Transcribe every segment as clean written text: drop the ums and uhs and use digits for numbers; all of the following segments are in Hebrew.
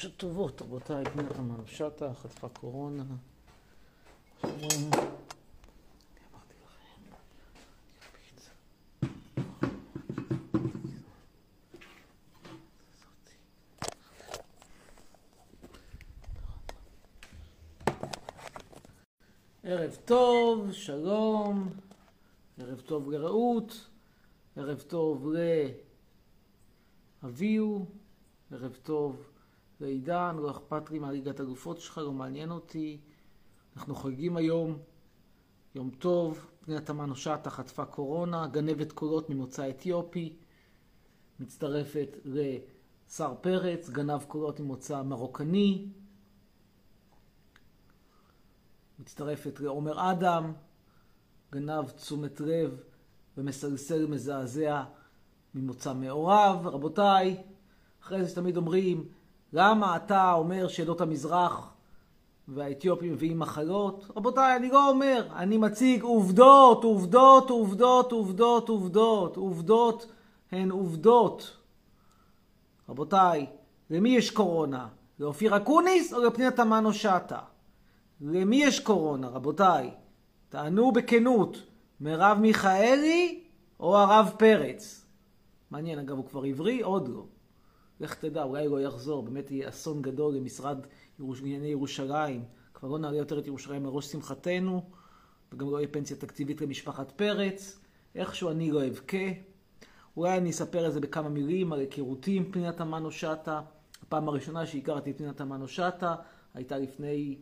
חדשות טובות, רבותיי, פנינה תמנו שטה, חטפה קורונה. אמרתי לכם. ערב טוב, שלום, ערב טוב לרעות, ערב טוב לאביו, ערב טוב לעידן, לא אכפת לי מהליגת הגופות שלך, לא מעניין אותי. אנחנו חוגגים היום, יום טוב, פנינה תמנו שטה חטפה קורונה, גנבת קולות ממוצא אתיופי, מצטרפת לשר פרץ, גנב קולות ממוצא מרוקני, מצטרפת לעומר אדם, גנב תשומת לב ומסלסל מזעזע ממוצא מעורב. רבותיי, אחרי זה תמיד אומרים, למה אתה אומר שעדות המזרח והאתיופים מביאים מחלות? רבותיי, אני לא אומר, אני מציג עובדות, עובדות, עובדות, עובדות, עובדות, עובדות הן עובדות. רבותיי, למי יש קורונה? לאופיר אקוניס או לפנינה תמנו שטה? למי יש קורונה, רבותיי? תענו בכנות, מרב מיכאלי או הרב פרץ? מעניין, אגב, הוא כבר עברי? עוד לא. לך תדע, אולי לא יחזור, באמת יהיה אסון גדול למשרד לענייני ירושלים. כבר לא נעלה יותר את ירושלים לראש שמחתנו, וגם לא יהיה פנסיה תקציבית למשפחת פרץ. איכשהו אני לא אבכה. אולי אני אספר את זה בכמה מילים על היכרותי עם פנינה תמנו שטה. הפעם הראשונה שהכרתי את פנינה תמנו שטה הייתה לפני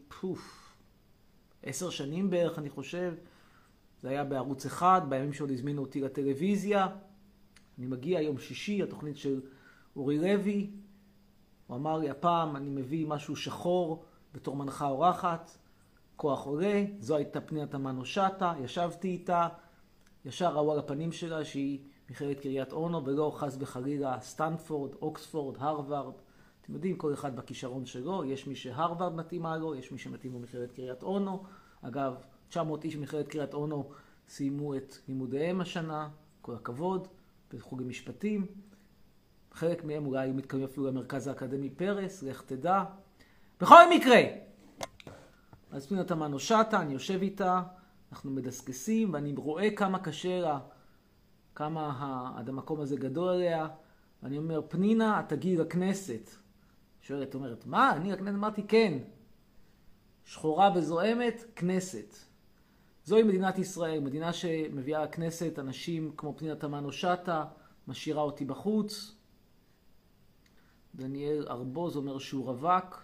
10 שנים בערך, אני חושב. זה היה בערוץ 1, בימים שעוד הזמינו אותי לטלוויזיה. אני מגיע יום שישי, התוכנית של אורי לוי. הוא אמר לי, הפעם אני מביא משהו שחור בתור מנחה אורחת, כוח עולה. זו הייתה פנינה תמנו שטה, ישבתי איתה, ישר ראו על הפנים שלה שהיא מכללת קריית אונו, ולא חס וחלילה סטנפורד, אוקספורד, הרווארד. אתם יודעים, כל אחד בכישרון שלו, יש מי שהרווארד מתאימה לו, יש מי שמתאים לו מכללת קריית אונו. אגב, 900 איש מכללת קריית אונו סיימו את לימודיהם השנה, כל הכבוד, בחוג המשפטים. חלק מהם אולי היו מתקיימים אפילו למרכז האקדמי פרס, לך תדע. בכל מקרה, אז פנינה תמנו שטה, אני יושב איתה, אנחנו מדסקסים, ואני רואה כמה קשה לה, כמה המקום הזה גדול עליה, ואני אומר, פנינה, את תגיעי לכנסת. שואלת, אומרת, מה? אני לכנסת? אמרתי, כן. שחורה וזועמת, כנסת. זוהי מדינת ישראל, מדינה שמביאה לכנסת אנשים כמו פנינה תמנו שטה, משאירה אותי בחוץ. דניאל ארבוז אומר שהוא רווק.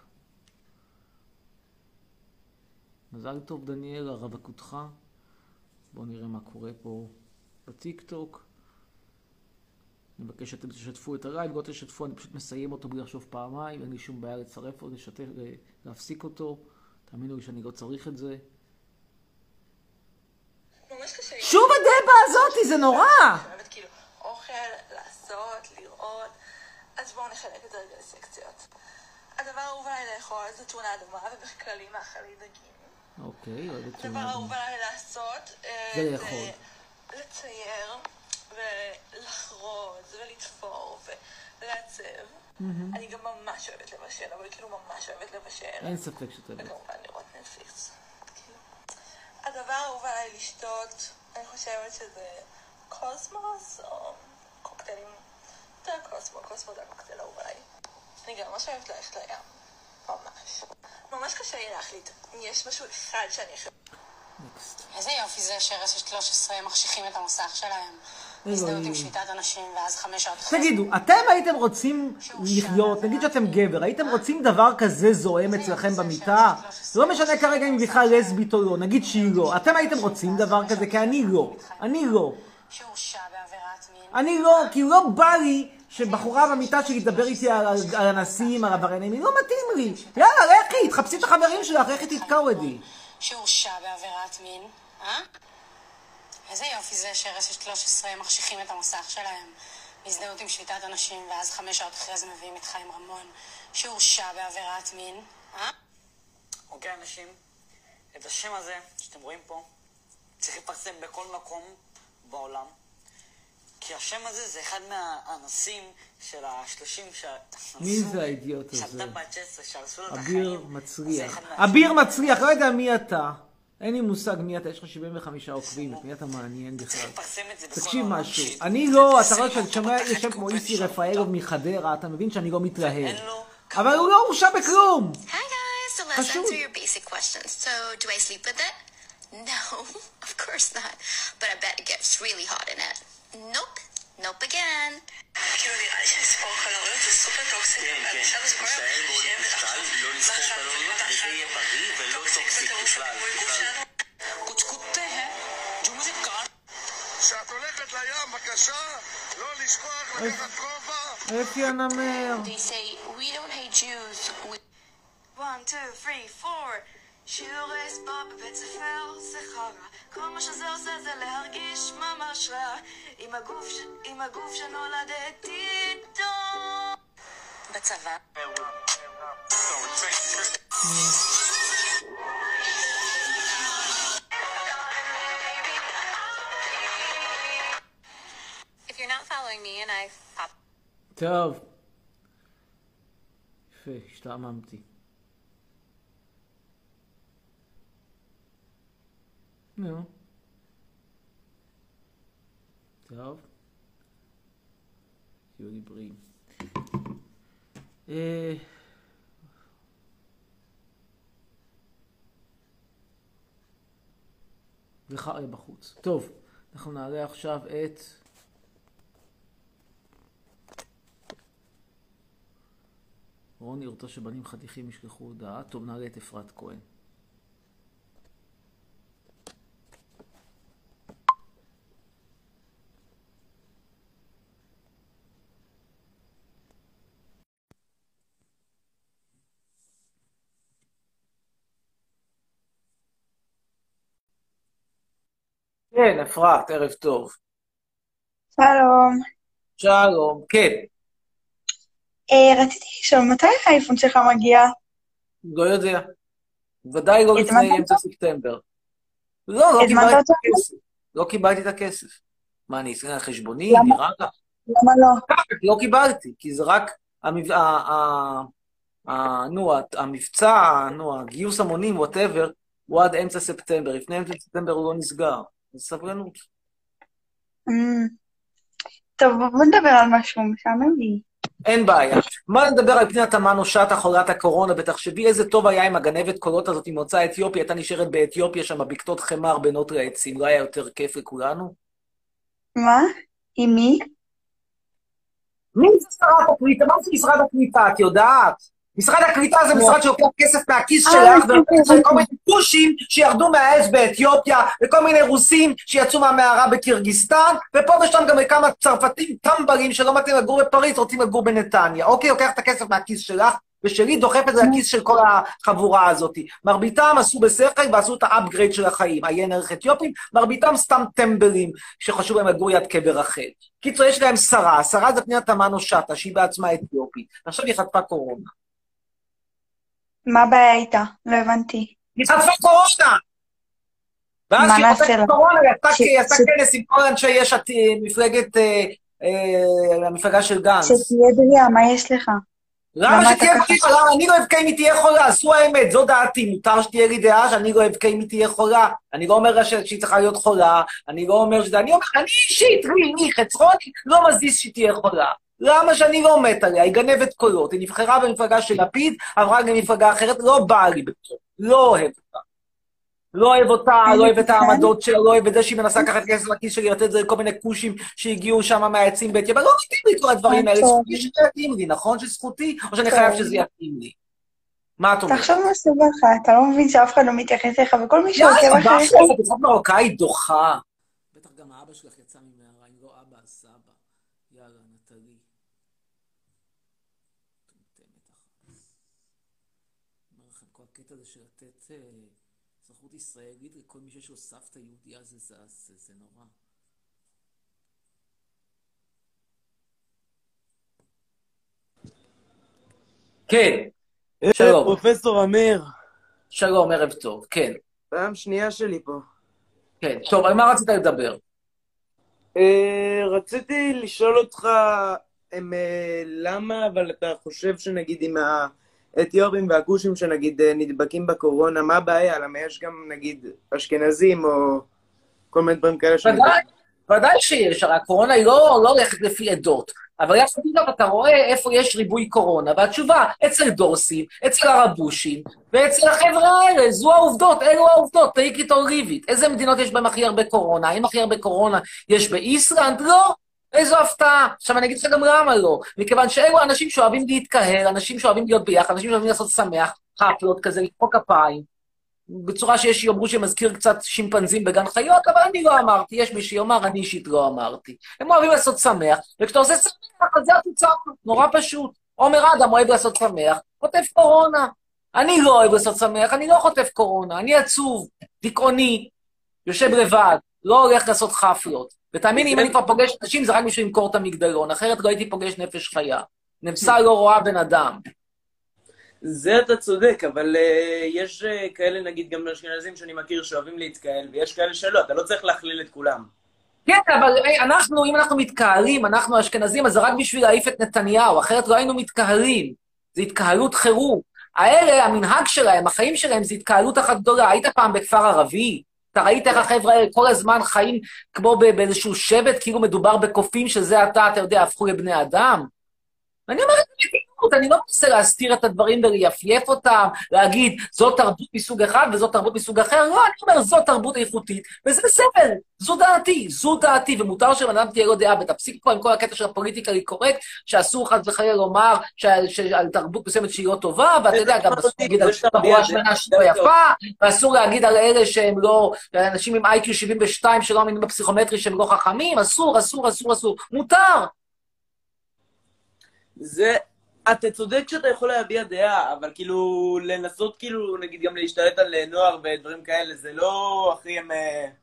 מזל טוב דניאל, הרווקותך. בואו נראה מה קורה פה בטיק טוק. אני מבקש שאתם תשתפו את הלייב, לא תשתפו, אני פשוט מסיים אותו בלי לחשוב פעמיים, אין לי שום בעיה לצרף או להפסיק אותו. תאמינו לי שאני לא צריך את זה. שוב הדבה הזאתי, זה נורא! באמת כאילו אוכל, לעשות, לראות, אז בואו נחלק את זה רגע לסקציות. הדבר האהוב עליי לאכול זה טונה אדומה, ובכללי מאכלי דגים. אוקיי, אוהבת הדבר טונה האהוב אדומה. עליי לעשות זה לאכול. לצייר ולחרוז ולתפור ולעצב. אני גם ממש אוהבת לבשל, אבל כאילו ממש אוהבת לבשל. אין ספק שאתה אוהבת. וכמובן לראות נטפליקס. הדבר האהוב עליי לשתות, אני חושבת שזה קוסמוס או קוקטיילים. זה קוסמו זה הקוקטייל האהוב עליי. אני גם ממש אוהבת ללכת לים. ממש. ממש קשה לי להחליט אם יש משהו אחד שאני אחרי. איזה יופי זה שרשת 13 מחשיכים את המסך שלהם. הזדהות עם שביתת אנשים ואז 5 שעות אחרי. תגידו, אתם הייתם רוצים לחיות, נגיד שאתם גבר, הייתם רוצים דבר כזה זועם אצלכם במיטה? לא משנה כרגע אם בכלל לסבית או לא, נגיד שהיא לא. אתם הייתם רוצים דבר כזה? כי אני לא. אני לא. שהורשע בעבירת מין. אני לא, כי לא בא לי שבחורה במיטה שלי תדבר איתי על אנסים, על עבריינים, היא לא מתאים לי. יאללה, לכי, תחפשי את החברים שלך, לכי תתקעודי. שהורשע בעבירת מין, איזה יופי זה שרשת 13 מחשיכים את המסך שלהם. הזדהות עם שביתת אנשים ואז 5 שעות אחרי זה מביאים את חיים רמון שהורשע בעבירת מין, אוקיי אנשים, את השם הזה שאתם רואים פה צריך לפרסם בכל מקום בעולם, כי כי השם הזה זה אחד מהאנסים של ה-30 מי זה האידיוט הזה? שעבדה בת 19, שהרסו לו את אביר החיים. מצליח. אביר מצליח, לא יודע מי אתה. אין לי מושג מי אתה, יש לך 75 עוקבים, את מי אתה מעניין בכלל. צריך לפרסם את זה בכל תקשיב העולם. משהו, אני לא, אתה רואה שאני שומע יושב כמו איסי רפאלוב מחדרה, אתה מבין שאני לא מתלהב. אין לו... אבל הוא לא הורשע בכלום. Hi guys, so let's Pashut. answer your basic questions. So, do I sleep with it? No, of course not. But I bet it gets really hot in it. Nope, nope again. כאילו נראה לי שלספור קלוריות זה סופר טוקסי. כן, תישאר בעוד משקל, לא לספור קלוריות, וזה יהיה בריא ולא טוקסיק בכלל. कुछ कुत्ते हैं जो मुझे काट... כשאת הולכת לים, בבקשה, לא לשכוח לקחת כובע. איפה הנמר? They say, we don't hate Jews. 1, 2, 3, 4. שיעורי ספורט בבית ספר זה חרא. כל מה שזה עושה זה להרגיש ממש רע. עם הגוף שנולדתי איתו. בצבא. If you're not following me and I pop טוב. יפה, השתעממתי. נו. טוב. תהיו לי בריאים. וחריה בחוץ. טוב, אנחנו נעלה עכשיו את... רוני רוצה שבנים חתיכים ישלחו הודעה. טוב, נעלה את אפרת כהן. כן, אפרת, ערב טוב. שלום. שלום, כן. רציתי לשאול, מתי האייפון שלך מגיע? לא יודע. ודאי לא לפני הזמנת אמצע ספטמבר. לא הזמנת קיבלתי את אותו? הכסף. לא קיבלתי את הכסף. מה, אני אסגן על חשבוני? למה? נראה לך? למה לא? לא קיבלתי, כי זה רק המבצע, הגיוס המונים, whatever, הוא עד אמצע ספטמבר. לפני אמצע ספטמבר הוא לא נסגר. אז סבלנות. טוב, בוא נדבר על משהו משעמם לי. אין בעיה. מה נדבר על פנינה תמנו שטה חולת הקורונה, ותחשבי איזה טוב היה עם הגנבת קולות הזאת עם מוצא אתיופי, הייתה נשארת באתיופיה שם בבקתות חמר בינות לעצים, לא היה יותר כיף לכולנו? מה? עם מי? מי זה שרת הקליטה? מה זה משרד הקליטה? את יודעת? משרד הקליטה זה משרד שלוקח כסף מהכיס שלך, וכל מיני פושים שירדו מהאש באתיופיה, וכל מיני רוסים שיצאו מהמערה בקירגיסטן, ופה ושם גם כמה צרפתים טמבלים שלא מתאים לגור בפריז, רוצים לגור בנתניה. אוקיי, לוקח את הכסף מהכיס שלך, ושלי דוחף את זה לכיס של כל החבורה הזאת. מרביתם עשו בשכל ועשו את האפגרייד של החיים, עיין ערך אתיופים, מרביתם סתם טמבלים שחשוב להם לגור יד קבר אחר. קיצור, יש להם שרה, השרה זה פנינה תמנו שטה, שהיא בעצמה אתיופית. עכשיו היא חטפה קורונה. מה הבעיה איתה? לא הבנתי. היא חטפה קורונה! ואז כשהיא חטפה קורונה, היא עשתה כנס עם כל אנשי יש עתיד, המפלגה של גנץ. שתהיה בריאה, מה יש לך? למה שתהיה בריאה? אני לא אבכה אם היא תהיה חולה, זו האמת, זו דעתי. מותר שתהיה לי דעה שאני לא אבכה אם היא תהיה חולה. אני לא אומר שהיא צריכה להיות חולה, אני לא אומר שזה... אני אומר, אני אישית, לי, חצרוני, לא מזיז שהיא תהיה חולה. למה שאני לא מת עליה? היא גנבת קולות, היא נבחרה במפלגה של לפיד, עברה למפלגה אחרת, לא באה לי בצור, לא אוהב אותה. לא אוהב אותה, לא אוהב את העמדות שלה, לא אוהב את זה שהיא מנסה לקחת כסף לכיס שלי, לתת את זה לכל מיני כושים שהגיעו שם מהעצים באתיופיה, אבל לא מתאים לי כל הדברים האלה, זכותי שזה יתאים לי, נכון שזכותי, או שאני חייב שזה יתאים לי? מה את אומרת? תחשוב מה סובר לך, אתה לא מבין שאף אחד לא מתייחס לך, וכל מי שעוקב אחריך... מה זה בעיה, בצד מרוקאית דוחה. בטח גם האבא שלך יצא ממערה, אם לא אבא, אז סבא. יאללה, נטלי. אומר לכם, כל הקטע הזה של לתת אזרחות ישראלית לכל מי שיש לו סבתא יהודיה, זה נורא. כן, שלום. פרופסור אמיר. שלום, ערב טוב, כן. פעם שנייה שלי פה. כן, טוב, על מה רצית לדבר? רציתי לשאול אותך, למה, אבל אתה חושב שנגיד עם האתיופים והכושים שנגיד נדבקים בקורונה, מה הבעיה? למה יש גם נגיד אשכנזים או כל מיני דברים כאלה ודאי שיש, הרי הקורונה היא לא הולכת לפי עדות, אבל יחד עם זאת אתה רואה איפה יש ריבוי קורונה, והתשובה, אצל דורסים, אצל הרבושים, ואצל החברה האלה, זו העובדות, אלו העובדות, take it or leave it. איזה מדינות יש בהן הכי הרבה קורונה? האם הכי הרבה קורונה יש באיסלנד? לא. איזו הפתעה. עכשיו אני אגיד לך גם למה לא, מכיוון שאלו אנשים שאוהבים להתקהל, אנשים שאוהבים להיות ביחד, אנשים שאוהבים לעשות שמח, חפלות כזה, לפרוק כפיים, בצורה שיש שיאמרו שמזכיר קצת שימפנזים בגן חיות, אבל אני לא אמרתי, יש מי שיאמר, אני אישית לא אמרתי. הם אוהבים לעשות שמח, וכשאתה עושה שמח, אז זה התוצאה, נורא פשוט. עומר אדם אוהב לעשות שמח, חוטף קורונה. אני לא אוהב לעשות שמח, אני לא חוטף קורונה, אני עצוב, דיכאוני, יושב לבד, לא הולך לעשות חפלות. ותאמיני, אם אני כבר פוגש אנשים, זה רק בשביל למכור את המגדלון, אחרת לא הייתי פוגש נפש חיה. נפסה לא רואה בן אדם. זה אתה צודק, אבל יש כאלה נגיד גם אשכנזים שאני מכיר שאוהבים להתקהל, ויש כאלה שלא, אתה לא צריך להכליל את כולם. כן, אבל אם אנחנו מתקהלים, אנחנו אשכנזים, אז זה רק בשביל להעיף את נתניהו, אחרת לא היינו מתקהלים. זה התקהלות חירום. האלה, המנהג שלהם, החיים שלהם, זה התקהלות אחת גדולה. היית פעם בכפר ערבי? אתה ראית איך החבר'ה האלה כל הזמן חיים כמו באיזשהו שבט, כאילו מדובר בקופים שזה אתה יודע, הפכו לבני אדם? אני אומרת, אני לא מנסה להסתיר את הדברים ולייפייף אותם, להגיד, זאת תרבות מסוג אחד וזאת תרבות מסוג אחר, לא, אני אומר, זאת תרבות איכותית, וזה בסדר, זו דעתי, ומותר שבן תהיה לו דעה, ותפסיק פה עם כל הקטע של הפוליטיקה קורקט, שאסור חס וחלילה לומר שעל תרבות מסוימת שהיא לא טובה, ואתה יודע, גם אסור להגיד על תרבות שמנה שהיא לא יפה, ואסור להגיד על אלה שהם לא, אנשים עם IQ 72 שלא מאמינים בפסיכומטרי שהם לא חכמים, אסור, מותר. אתה צודק שאתה יכול להביע דעה, אבל כאילו לנסות כאילו נגיד גם להשתלט על נוער ודברים כאלה, זה לא הכי הם...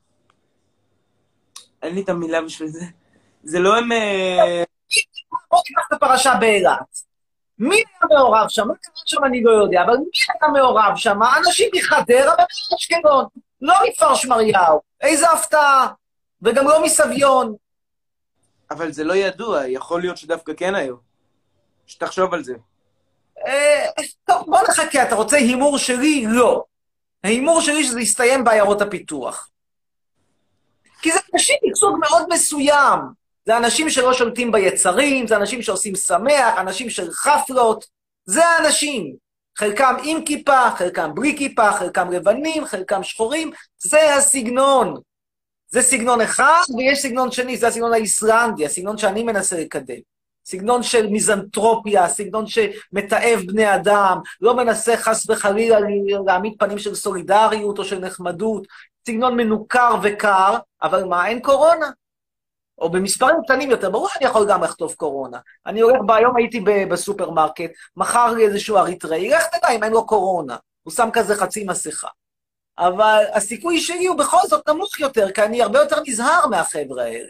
אין לי את המילה בשביל זה. זה לא הם... בוא תיקח את הפרשה באילת. מי היה מעורב שם? מה קרה שם אני לא יודע, אבל מי היה מעורב שם? אנשים מחדרה ומאשקלון, לא מכפר שמריהו. איזה הפתעה. וגם לא מסביון. אבל זה לא ידוע, יכול להיות שדווקא כן היו. שתחשוב על זה. טוב, בוא נחכה, אתה רוצה הימור שלי? לא. ההימור שלי שזה יסתיים בעיירות הפיתוח. כי זה אנשים מסוג מאוד מסוים. זה אנשים שלא שולטים ביצרים, זה אנשים שעושים שמח, אנשים של חפלות. זה האנשים. חלקם עם כיפה, חלקם בלי כיפה, חלקם לבנים, חלקם שחורים. זה הסגנון. זה סגנון אחד, ויש סגנון שני, זה הסגנון האיסלנדי, הסגנון שאני מנסה לקדם. סגנון של מיזנטרופיה, סגנון שמתאב בני אדם, לא מנסה חס וחלילה להעמיד פנים של סולידריות או של נחמדות, סגנון מנוכר וקר, אבל מה, אין קורונה? או במספרים קטנים יותר, ברור שאני יכול גם לכתוב קורונה. אני הולך היום, הייתי בסופרמרקט, מחר לי איזשהו אריתראי, לך תדע אם אין לו קורונה, הוא שם כזה חצי מסכה. אבל הסיכוי שלי הוא בכל זאת נמוך יותר, כי אני הרבה יותר נזהר מהחבר'ה האלה.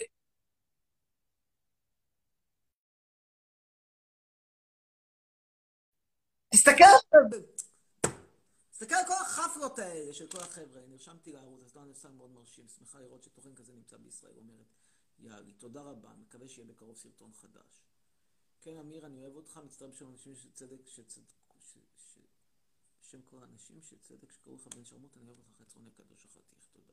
תסתכל על כל החפלות האלה של כל החבר'ה. נרשמתי לערוץ, אז לא נפסל מאוד מרשים. שמחה לראות שתוכן כזה נמצא בישראל. אומרת, יאללה, תודה רבה, מקווה שיהיה בקרוב סרטון חדש. כן, אמיר, אני אוהב אותך, מצטרף בשם אנשים שצדק, בשם כל האנשים שצדק, שקראו לך בן שרמוט, אני אוהב אותך חצרוני קדוש החתיך, תודה.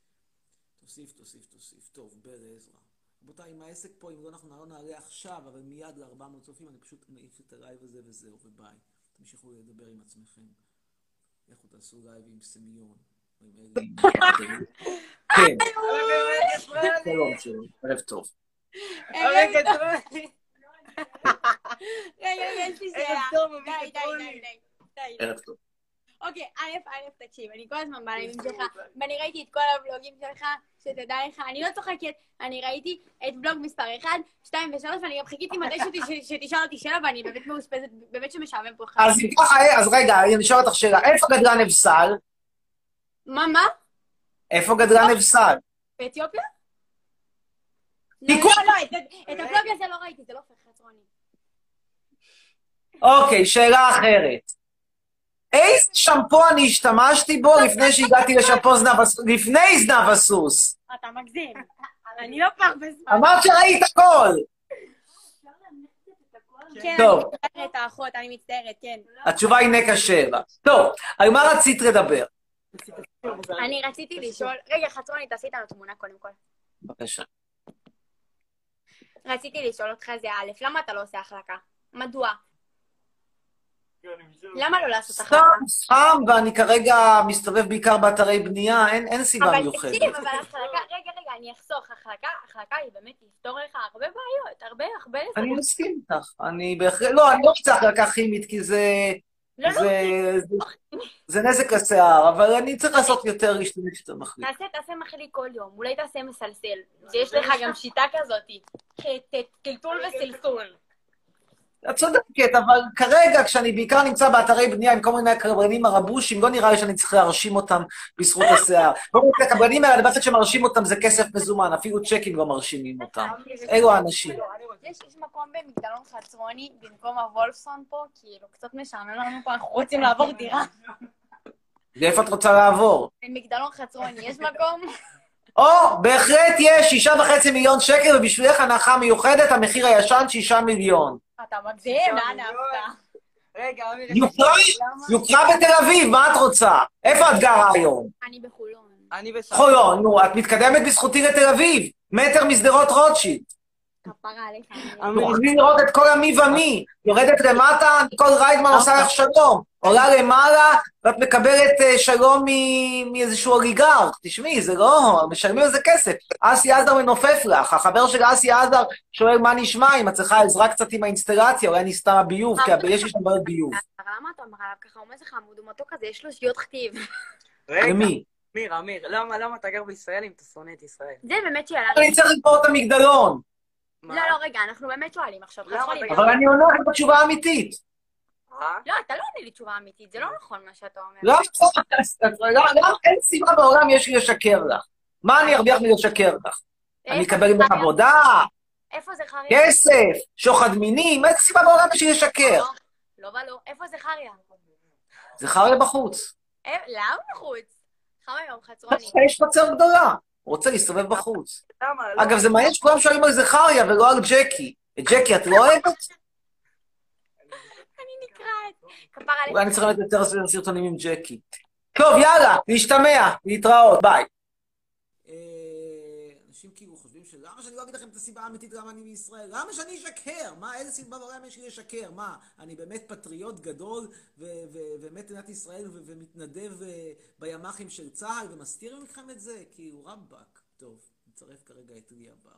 תוסיף, טוב, בר עזרא. רבותיי, עם העסק פה, אם לא אנחנו לא נעלה עכשיו, אבל מיד ל-400 צופים, אני פשוט מעיף את הלייב הזה וזהו, וביי. תמשיכו לדבר עם עצמכם. לכו תעשו לייב עם סמיון, או עם אלי. כן. שלום, ערב טוב. רגע, יש לי שאלה. די. ערב טוב. אוקיי, א', תקשיב, אני כל הזמן בעלים שלך, ואני ראיתי את כל הבלוגים שלך, שתדע לך, אני לא צוחקת, אני ראיתי את בלוג מספר 1, 2 ו3, ואני גם חיכיתי מתי שתשאל אותי שאלה, ואני באמת מאוספזת, באמת שמשעמם פה. אז רגע, אני אשאל אותך שאלה, איפה גדלה נבסל? מה? איפה גדלה נבסל? באתיופיה? לא, את הבלוג הזה לא ראיתי, זה לא הופך חצרוני. אוקיי, שאלה אחרת. איזה שמפו אני השתמשתי בו לפני שהגעתי לשמפו לפני זנב הסוס? אתה מגזים. אני לא פרפס. אמרת שראית הכל! כן, טוב. אני מצטערת, האחות, אני מצטערת, כן. התשובה היא נקע 7. טוב, על מה רצית לדבר? אני רציתי לשאול... רגע, חצרוני, תעשי איתנו תמונה קודם כל. בבקשה. רציתי לשאול אותך זה א', למה אתה לא עושה החלקה? מדוע? למה לא לעשות החלקה? סתם, ואני כרגע מסתובב בעיקר באתרי בנייה, אין סיבה אבל מיוחדת. תקשיב, אבל החלקה... רגע, אני אחסוך. החלקה היא באמת תפתור לך הרבה בעיות, הרבה... אני מסכים איתך. אני בהחלט... לא, אני לא רוצה החלקה כימית, כי זה נזק לשיער, אבל אני צריך לעשות יותר להשתמש יותר מחליק. תעשה מחליק כל יום, אולי תעשה מסלסל. שיש לך גם שיטה כזאת. קלטול וסלסול. את צודקת, אבל כרגע, כשאני בעיקר נמצא באתרי בנייה עם כל מיני הקברנים הרבושים, לא נראה לי שאני צריך להרשים אותם בזכות השיער. הקברנים האלה, הדבר שמרשים אותם זה כסף מזומן, אפילו צ'קים לא מרשימים אותם. אלו האנשים. יש מקום במגדלון חצרוני, במקום הוולפסון פה, כאילו קצת משעמם לנו פה, אנחנו רוצים לעבור דירה. ואיפה את רוצה לעבור? במגדלון חצרוני, יש מקום? בהחלט יש 6.5 מיליון שקל, ובשבילך הנחה מיוחדת, המחיר הישן 6 מיליון. אתה מגזים, לאן אהבת? רגע, אמיר... יוקרה בתל אביב, מה את רוצה? איפה את גרה היום? אני בחולון. אני בסדר. חולון, נו, את מתקדמת בזכותי לתל אביב, מטר משדרות רוטשילד. כפרה עליך. תוכלי לראות את כל המי ומי, יורדת למטה, כל ריידמן עושה לך שלום, עולה למעלה, ואת מקבלת שלום מאיזשהו אוליגרך. תשמעי, זה לא, משלמים איזה כסף. אסי עזר מנופף לך, החבר של אסי עזר שואל מה נשמע, אם את צריכה עזרה קצת עם האינסטלציה, אולי נסתם הביוב, כי יש לי שם בעיות ביוב. אבל למה אתה אומר עליו ככה? הוא אומר לך, מודומתו כזה, יש לו שגיאות כתיב. למי? אמיר, למה אתה גר בישראל אם אתה שונא את ישראל? זה באמת שאלה. אני צריך לקרוא את המגדלון. לא, רגע, אנחנו באמת שואלים עכשיו. אבל אני עונה לך בתשובה אמיתית. לא, אתה לא עונה לי תשובה אמיתית, זה לא נכון מה שאתה אומר. לא, אין סיבה בעולם יש לי לשקר לך. מה אני ארוויח מלשקר לך? אני אקבל ממך עבודה, איפה זה חריה? כסף, שוחד מינים, אין סיבה בעולם יש לי לשקר. לא, איפה זה חריה? זה חריה בחוץ. למה בחוץ? חריה יום חצרוני. יש מצר גדולה, רוצה להסתובב בחוץ. אגב, זה מעניין שכולם שואלים על זה חריה ולא על ג'קי. את ג'קי את לא אוהבת? אני נקראת. כפרה עליך. אולי אני צריך לתת יותר סרטונים עם ג'קי. טוב, יאללה, להשתמע, להתראות, ביי. אנשים כאילו חושבים למה שאני לא אגיד לכם את הסיבה האמיתית למה אני בישראל? למה שאני אשקר? מה, איזה סיבה בעולם יש לי לשקר? מה, אני באמת פטריוט גדול ובאמת מדינת ישראל ומתנדב בימ"חים של צה"ל ומסתיר מכם את זה? כאילו רבאק. טוב, נצרף כרגע את ליה בר.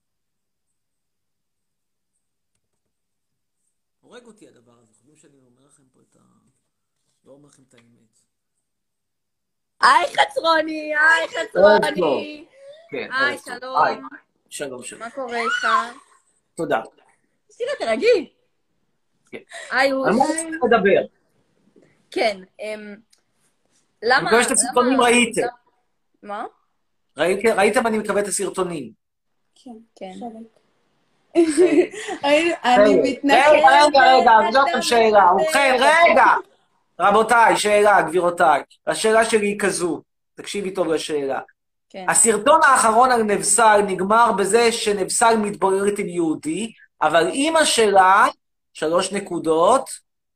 הורג אותי הדבר הזה, חושבים שאני אומר לכם פה לא אומר לכם את האמת. היי חצרוני, היי חצרוני. היי, שלום. שלום. מה קורה איתך? תודה. סירה, תרגי. היי, על מה צריך לדבר? כן, למה... אני מקווה שאת הסרטונים ראיתם. מה? ראיתם אני מקווה את הסרטונים. כן, כן. אני מתנגדת. רגע, זאת השאלה. ובכן, רגע. רבותיי, שאלה, גבירותיי. השאלה שלי היא כזו. תקשיבי טוב לשאלה. הסרטון האחרון על נבסל נגמר בזה שנבסל מתבוררת עם יהודי, אבל אמא שלה, 3 נקודות,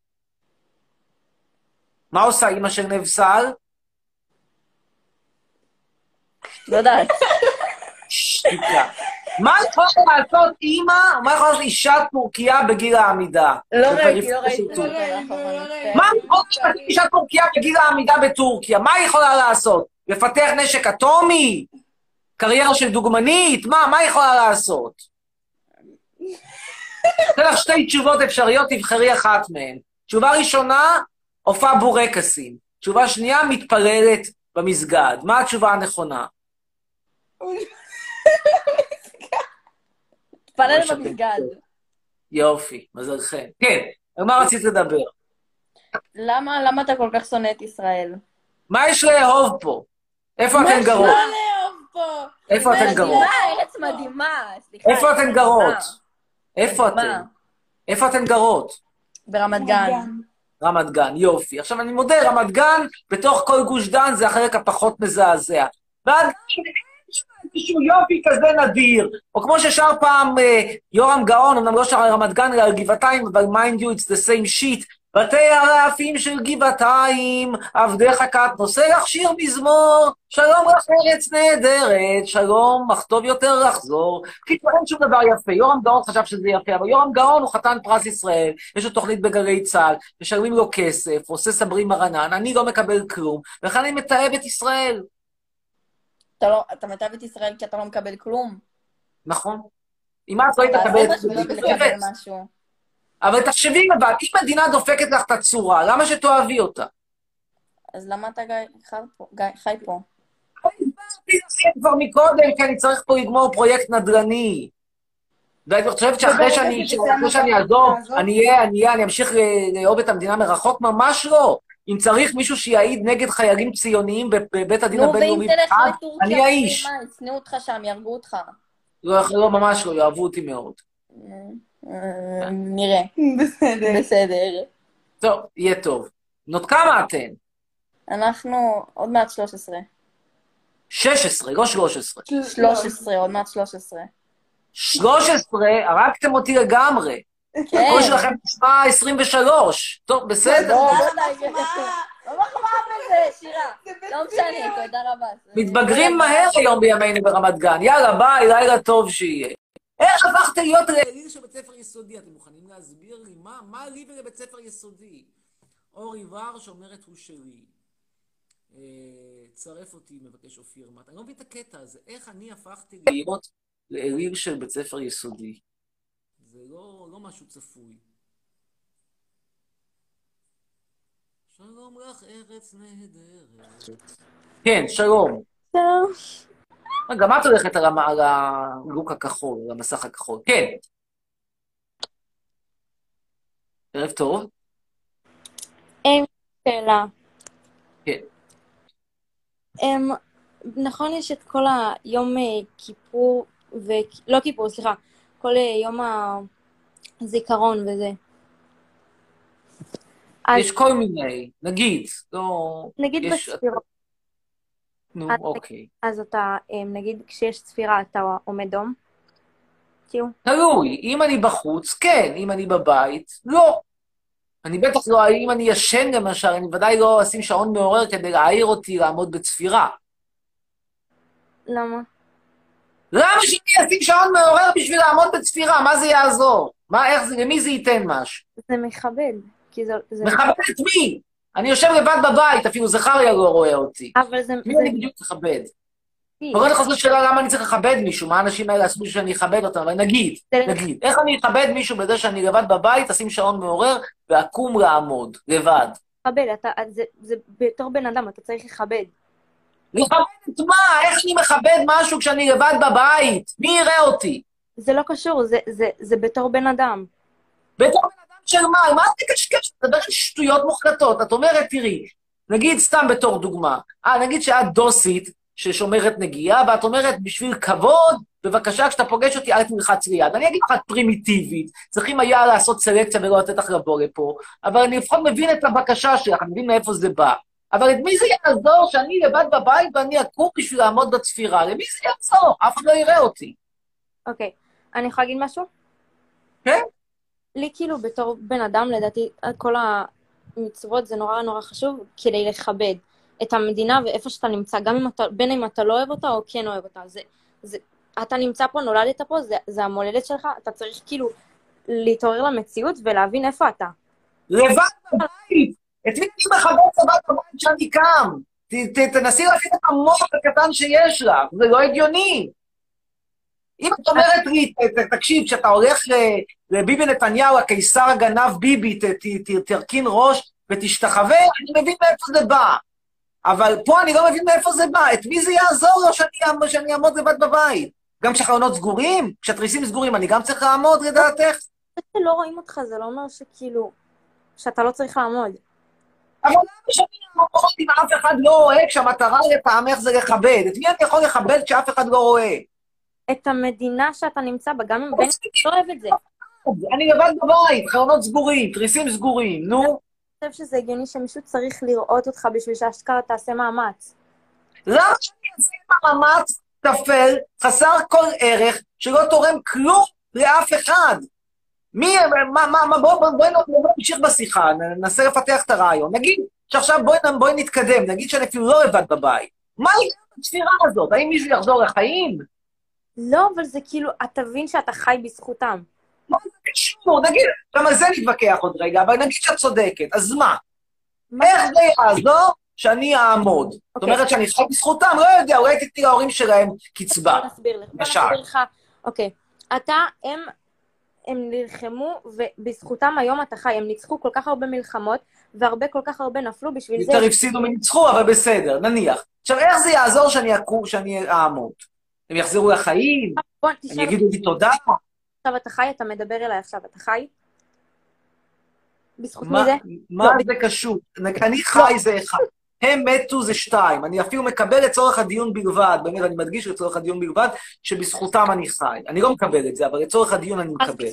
מה עושה אמא של נבסל? לא יודעת. שתיקה. מה יכולה לעשות אמא, מה יכולה לעשות אישה טורקיה בגיל העמידה? לא ראיתי. מה יכולה לעשות אישה טורקיה בגיל העמידה בטורקיה? מה היא יכולה לעשות? לפתח נשק אטומי? קריירה של דוגמנית? מה היא יכולה לעשות? אתן לך 2 תשובות אפשריות, תבחרי אחת מהן. תשובה ראשונה, הופעה בורקסים. תשובה שנייה, מתפללת במסגד. מה התשובה הנכונה? מתפלל במסגד. יופי, מזלכם. כן, על מה רצית לדבר? למה אתה כל כך שונא את ישראל? מה יש לאהוב פה? איפה אתן גרות? מה יש לאהוב פה? איפה אתן גרות? ארץ מדהימה. איפה אתן גרות? איפה אתן? איפה אתן גרות? ברמת גן. רמת גן, יופי. עכשיו אני מודה, רמת גן, בתוך כל גוש דן זה החלק הפחות מזעזע. ועדיין אין איזשהו יופי כזה נדיר. או כמו ששר פעם יורם גאון, אמנם לא שר על רמת גן, אלא על גבעתיים, אבל mind you, it's the same shit. בתי הרעפים של גבעתיים, עבדך כת נושא לך שיר מזמור, שלום לך ארץ נהדרת, שלום, אך טוב יותר לחזור. כי כבר אין שום דבר יפה, יורם גאון חשב שזה יפה, אבל יורם גאון הוא חתן פרס ישראל, יש לו תוכנית בגלי צה"ל, משלמים לו כסף, עושה סברי מרנן, אני לא מקבל כלום, וכאן אני מתאהב את ישראל. אתה מתאהב את ישראל כי אתה לא מקבל כלום. נכון. אם את לא היית מקבל משהו. אבל תחשבי לבד, אם מדינה דופקת לך את הצורה, למה שתאהבי אותה? אז למה אתה חי פה? הסברתי לך כבר מקודם, כי אני צריך פה לגמור פרויקט נדל"ני. ואני חושבת שאחרי שאני אעזוב, אני אמשיך לאהוב את המדינה מרחוק, ממש לא. אם צריך מישהו שיעיד נגד חיילים ציוניים בבית הדין הבינלאומי, אני האיש. מה, יצנעו אותך שם, ירגו אותך. לא, ממש לא, יאהבו אותי מאוד. נראה. בסדר. טוב, יהיה טוב. נות כמה אתן? אנחנו עוד מעט 13. 16, לא 13. 13, עוד מעט 13. 13? הרגתם אותי לגמרי. הקול שלכם נשמע 23. טוב, בסדר. לא מחמאה בזה, שירה. לא משנה, תודה רבה. מתבגרים מהר היום בימינו ברמת גן. יאללה, ביי, לילה טוב שיהיה. איך הפכת להיות לאליל של בית ספר יסודי? אתם מוכנים להסביר לי מה לי ולבית ספר יסודי? אורי ור שאומרת הוא שלי. צרף אותי, מבקש אופיר מת. אני לא מבין את הקטע הזה. איך אני הפכתי להיות לאליל של בית ספר יסודי? זה לא משהו צפוי. שלום לך ארץ נהדרת. כן, שלום. שלום. גם את הולכת על הלוק הכחול, על המסך הכחול. כן. ערב טוב. אין שאלה. כן. נכון, יש את כל היום כיפור, לא כיפור, סליחה, כל יום הזיכרון וזה. יש כל מיני, נגיד, לא... נגיד בספירות. נו, אוקיי. אז אתה, נגיד, כשיש ספירה, אתה עומד דום? תראו. תלוי, אם אני בחוץ, כן, אם אני בבית, לא. אני בטח לא, אם אני ישן למשל, אני ודאי לא אשים שעון מעורר כדי להעיר אותי לעמוד בצפירה. למה? למה שאני אשים שעון מעורר בשביל לעמוד בצפירה? מה זה יעזור? איך זה, למי זה ייתן משהו? זה מכבד. מכבד את מי? אני יושב לבד בבית, אפילו זכריה לא רואה אותי. אבל זה... מי אני בדיוק לכבד? קורא לך זו שאלה למה אני צריך לכבד מישהו, מה האנשים האלה עשו שאני אכבד אותם, אבל נגיד, איך אני אכבד מישהו בזה שאני לבד בבית, אשים שעון מעורר, ואקום לעמוד, לבד. לכבד, זה בתור בן אדם, אתה צריך לכבד. לכבד את מה? איך אני מכבד משהו כשאני לבד בבית? מי יראה אותי? זה לא קשור, זה בתור בן אדם. בתור בן אדם של מה? מה אתה קשקש? אתה מדבר על שטויות מוחלטות. את אומרת, תראי, נגיד סתם בתור דוגמה, נגיד שאת דוסית, ששומרת נגיעה, ואת אומרת, בשביל כבוד, בבקשה, כשאתה פוגש אותי, אל תלחץ לי יד. אני אגיד לך, את פרימיטיבית, צריכים היה לעשות סלקציה ולא לתת לך לבוא לפה, אבל אני לפחות מבין את הבקשה שלך, אני מבין מאיפה זה בא. אבל את מי זה יעזור שאני לבד בבית ואני אקום בשביל לעמוד בצפירה? למי זה יעזור? אף אחד לא יראה אותי. אוקיי, אני יכולה להגיד משהו? כן? לי כאילו בתור בן אדם, לדעתי, כל המצוות זה נורא נורא חשוב כדי לכבד את המדינה ואיפה שאתה נמצא, גם אם אתה, בין אם אתה לא אוהב אותה או כן אוהב אותה. אתה נמצא פה, נולדת פה, זה המולדת שלך, אתה צריך כאילו להתעורר למציאות ולהבין איפה אתה. לבד בבית! את מי אני מכבד לבד בבית שאני קם? תנסי להפיק את המוח הקטן שיש לך, זה לא הגיוני. אם את אומרת לי, תקשיב, כשאתה הולך לביבי נתניהו, הקיסר הגנב ביבי, תרכין ראש ותשתחווה, אני מבין מאיפה זה בא. אבל פה אני לא מבין מאיפה זה בא. את מי זה יעזור לו שאני אעמוד לבד בבית? גם כשהחלונות סגורים? כשהתריסים סגורים, אני גם צריך לעמוד לדעתך? לא רואים אותך, זה לא אומר שכאילו, שאתה לא צריך לעמוד. אבל למה שאני אעמוד אם אף אחד לא רואה כשהמטרה לפעמך זה לכבד? את מי אני יכול לכבד כשאף אחד לא רואה? את המדינה שאתה נמצא בה, גם אם בן לא אוהב את זה. אני לבד בבית, חלונות סגורים, תריסים סגורים, נו. אני חושב שזה הגיוני שמישהו צריך לראות אותך בשביל שהאשכרה תעשה מאמץ. למה שאני אעשה מאמץ טפל, חסר כל ערך, שלא תורם כלום לאף אחד. בואי נמשיך בשיחה, ננסה לפתח את הרעיון. נגיד שעכשיו בואי נתקדם, נגיד שאני אפילו לא לבד בבית. מה היא התפירה הזאת? האם מישהו יחזור לחיים? לא, אבל זה כאילו, אתה תבין שאתה חי בזכותם. מה זה קשור? נגיד, גם על זה נתווכח עוד רגע, אבל נגיד שאת צודקת, אז מה? איך זה יעזור שאני אעמוד? זאת אומרת שאני חי בזכותם? לא יודע, אולי תתני להורים שלהם קצבה. בוא נסביר לך. אוקיי, הם נלחמו, ובזכותם היום אתה חי. הם ניצחו כל כך הרבה מלחמות, כל כך הרבה נפלו בשביל זה. יותר הפסידו מניצחו, אבל בסדר, נניח. עכשיו, איך זה יעזור שאני אעמוד? הם יחזרו לחיים? הם יגידו לי תודה? עכשיו אתה חי, אתה מדבר אליי עכשיו, אתה חי? בזכות מי זה? מה זה קשור? אני חי זה אחד. הם מתו זה שתיים. אני אפילו מקבל לצורך הדיון בלבד, באמת, אני מדגיש לצורך הדיון בלבד, שבזכותם אני חי. אני לא מקבל את זה, אבל לצורך הדיון אני מקבל.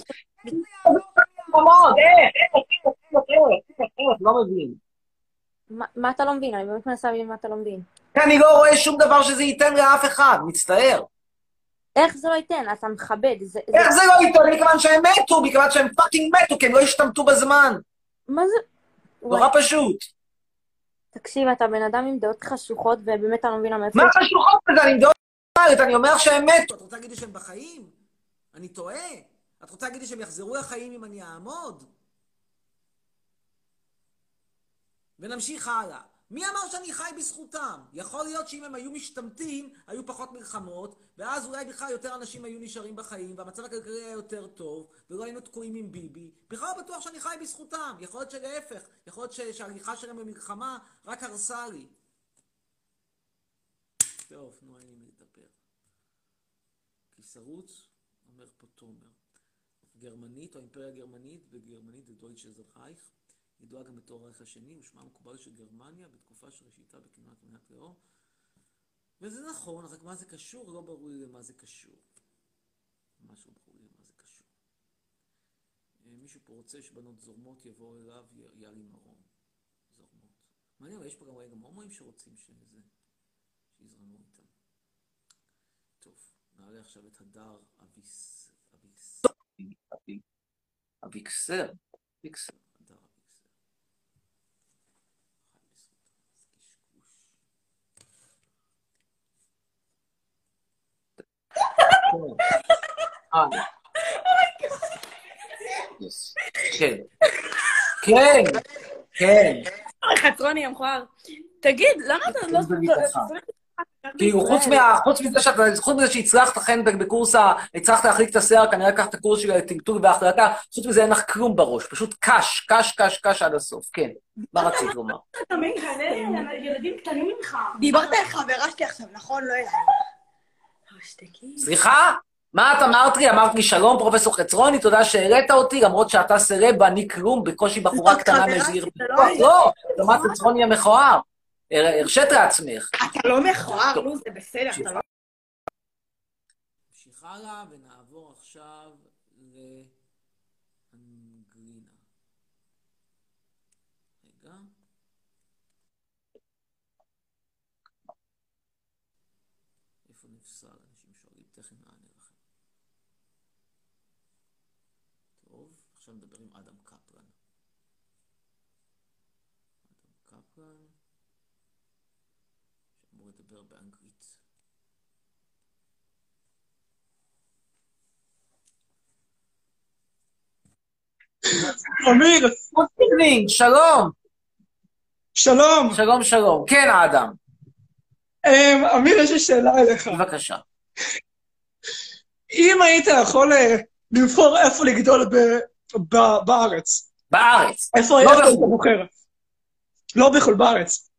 לא מבין. מה אתה לא מבין? אני באמת מנסה להבין מה אתה לא מבין. אני לא רואה שום דבר שזה ייתן לאף אחד, מצטער. איך זה לא ייתן? אתה מכבד. איך זה לא ייתן? מכיוון שהם מתו, מכיוון שהם פאקינג מתו, כי הם לא השתמטו בזמן. מה זה? נורא פשוט. תקשיב, אתה בן אדם עם דעות חשוכות, ובאמת אני לא מבינה מאיפה... מה חשוכות בזה? אני עם דעות חשוכות, אני אומר שהם מתו. את רוצה להגיד לי שהם בחיים? אני טועה. את רוצה להגיד לי שהם יחזרו לחיים אם אני אעמוד? ונמשיך הלאה. מי אמר שאני חי בזכותם? יכול להיות שאם הם היו משתמטים, היו פחות מלחמות, ואז אולי בכלל יותר אנשים היו נשארים בחיים, והמצב הכלכלי היה יותר טוב, ולא היינו תקועים עם ביבי. בכלל בטוח שאני חי בזכותם. יכול להיות שלהפך. יכול להיות שההליכה שלהם במלחמה רק הרסה לי. טוב, נו, אין לי מדבר. קיסרות, אומר פה תומר. גרמנית או אימפריה גרמנית, בגרמנית זה דויטשה רייך. ידועה גם בתור הרייך השני, ושמה המקובל של גרמניה, בתקופה של ראשיתה בכינונת מדינת לאום. וזה נכון, רק מה זה קשור? לא ברור לי למה זה קשור. ממש לא ברור לי למה זה קשור. מישהו פה רוצה שבנות זורמות יבואו אליו, יעלי מרום. זורמות. מעניין, אבל יש פה גם הומואים שרוצים שיזרמו איתם. טוב, נעלה עכשיו את הדר אביקסר. כן. כן. כן. חצרוני המכוער. תגיד, למה אתה לא... כאילו, חוץ מזה שהצלחת לכן בקורס, הצלחת להחליק את השיער, כנראה לקחת את הקורס של הטלטול וההחלטה, חוץ מזה אין לך כלום בראש, פשוט קש עד הסוף, כן. מה רצית לומר? אתה מגלה, ילדים קטנים ממך. דיברת על חברה שלי עכשיו, נכון? לא אליי. סליחה? מה את אמרת לי? אמרת לי שלום פרופסור חצרוני, תודה שהעלית אותי, למרות שאתה סרב ואני כלום, בקושי בחורה קטנה מזהיר. לא, למדת חצרוני המכוער. הרשת לעצמך. אתה לא מכוער, נו, זה בסדר, אתה לא... נמשיך הלאה ונעבור עכשיו לאנגלינה. רגע. איפה נפסל? אנשים שואלים, תכף נענה לכם. טוב, עכשיו נדבר עם אדם קפלן. אדם קפלן. שאמור לדבר באנגלית. אמיר! שלום! שלום! שלום. כן, אדם. אמיר, יש לי שאלה אליך. בבקשה. אם היית יכול לבחור איפה לגדול בארץ. בארץ? איפה היית בוחר? לא בחו"ל, בארץ.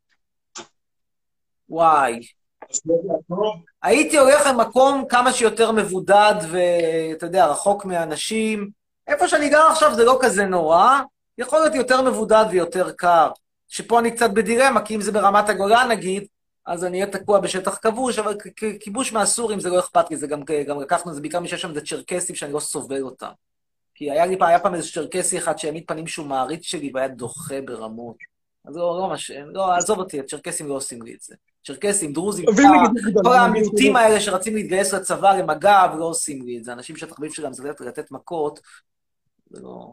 וואי. הייתי הולך למקום כמה שיותר מבודד ואתה יודע, רחוק מאנשים. איפה שאני גר עכשיו זה לא כזה נורא, יכול להיות יותר מבודד ויותר קר. שפה אני קצת בדילמה, כי אם זה ברמת הגולן נגיד, אז אני אהיה תקוע בשטח כבוש, אבל כיבוש מהסורים זה לא אכפת לי, זה גם לקחנו, זה בעיקר משהו שם, זה צ'רקסים שאני לא סובל אותם. כי היה פעם איזה צ'רקסי אחד שהעמיד פנים שהוא מעריץ שלי, והיה דוחה ברמות. אז לא, עזוב אותי, הצ'רקסים לא עושים לי את זה. צ'רקסים, דרוזים, ואם נגיד גדולה, כל המיעוטים האלה שרצים להתגייס לצבא, למג"ב, לא עושים לי את זה. אנשים שהתחביב שלהם זה לתת מכות, זה לא...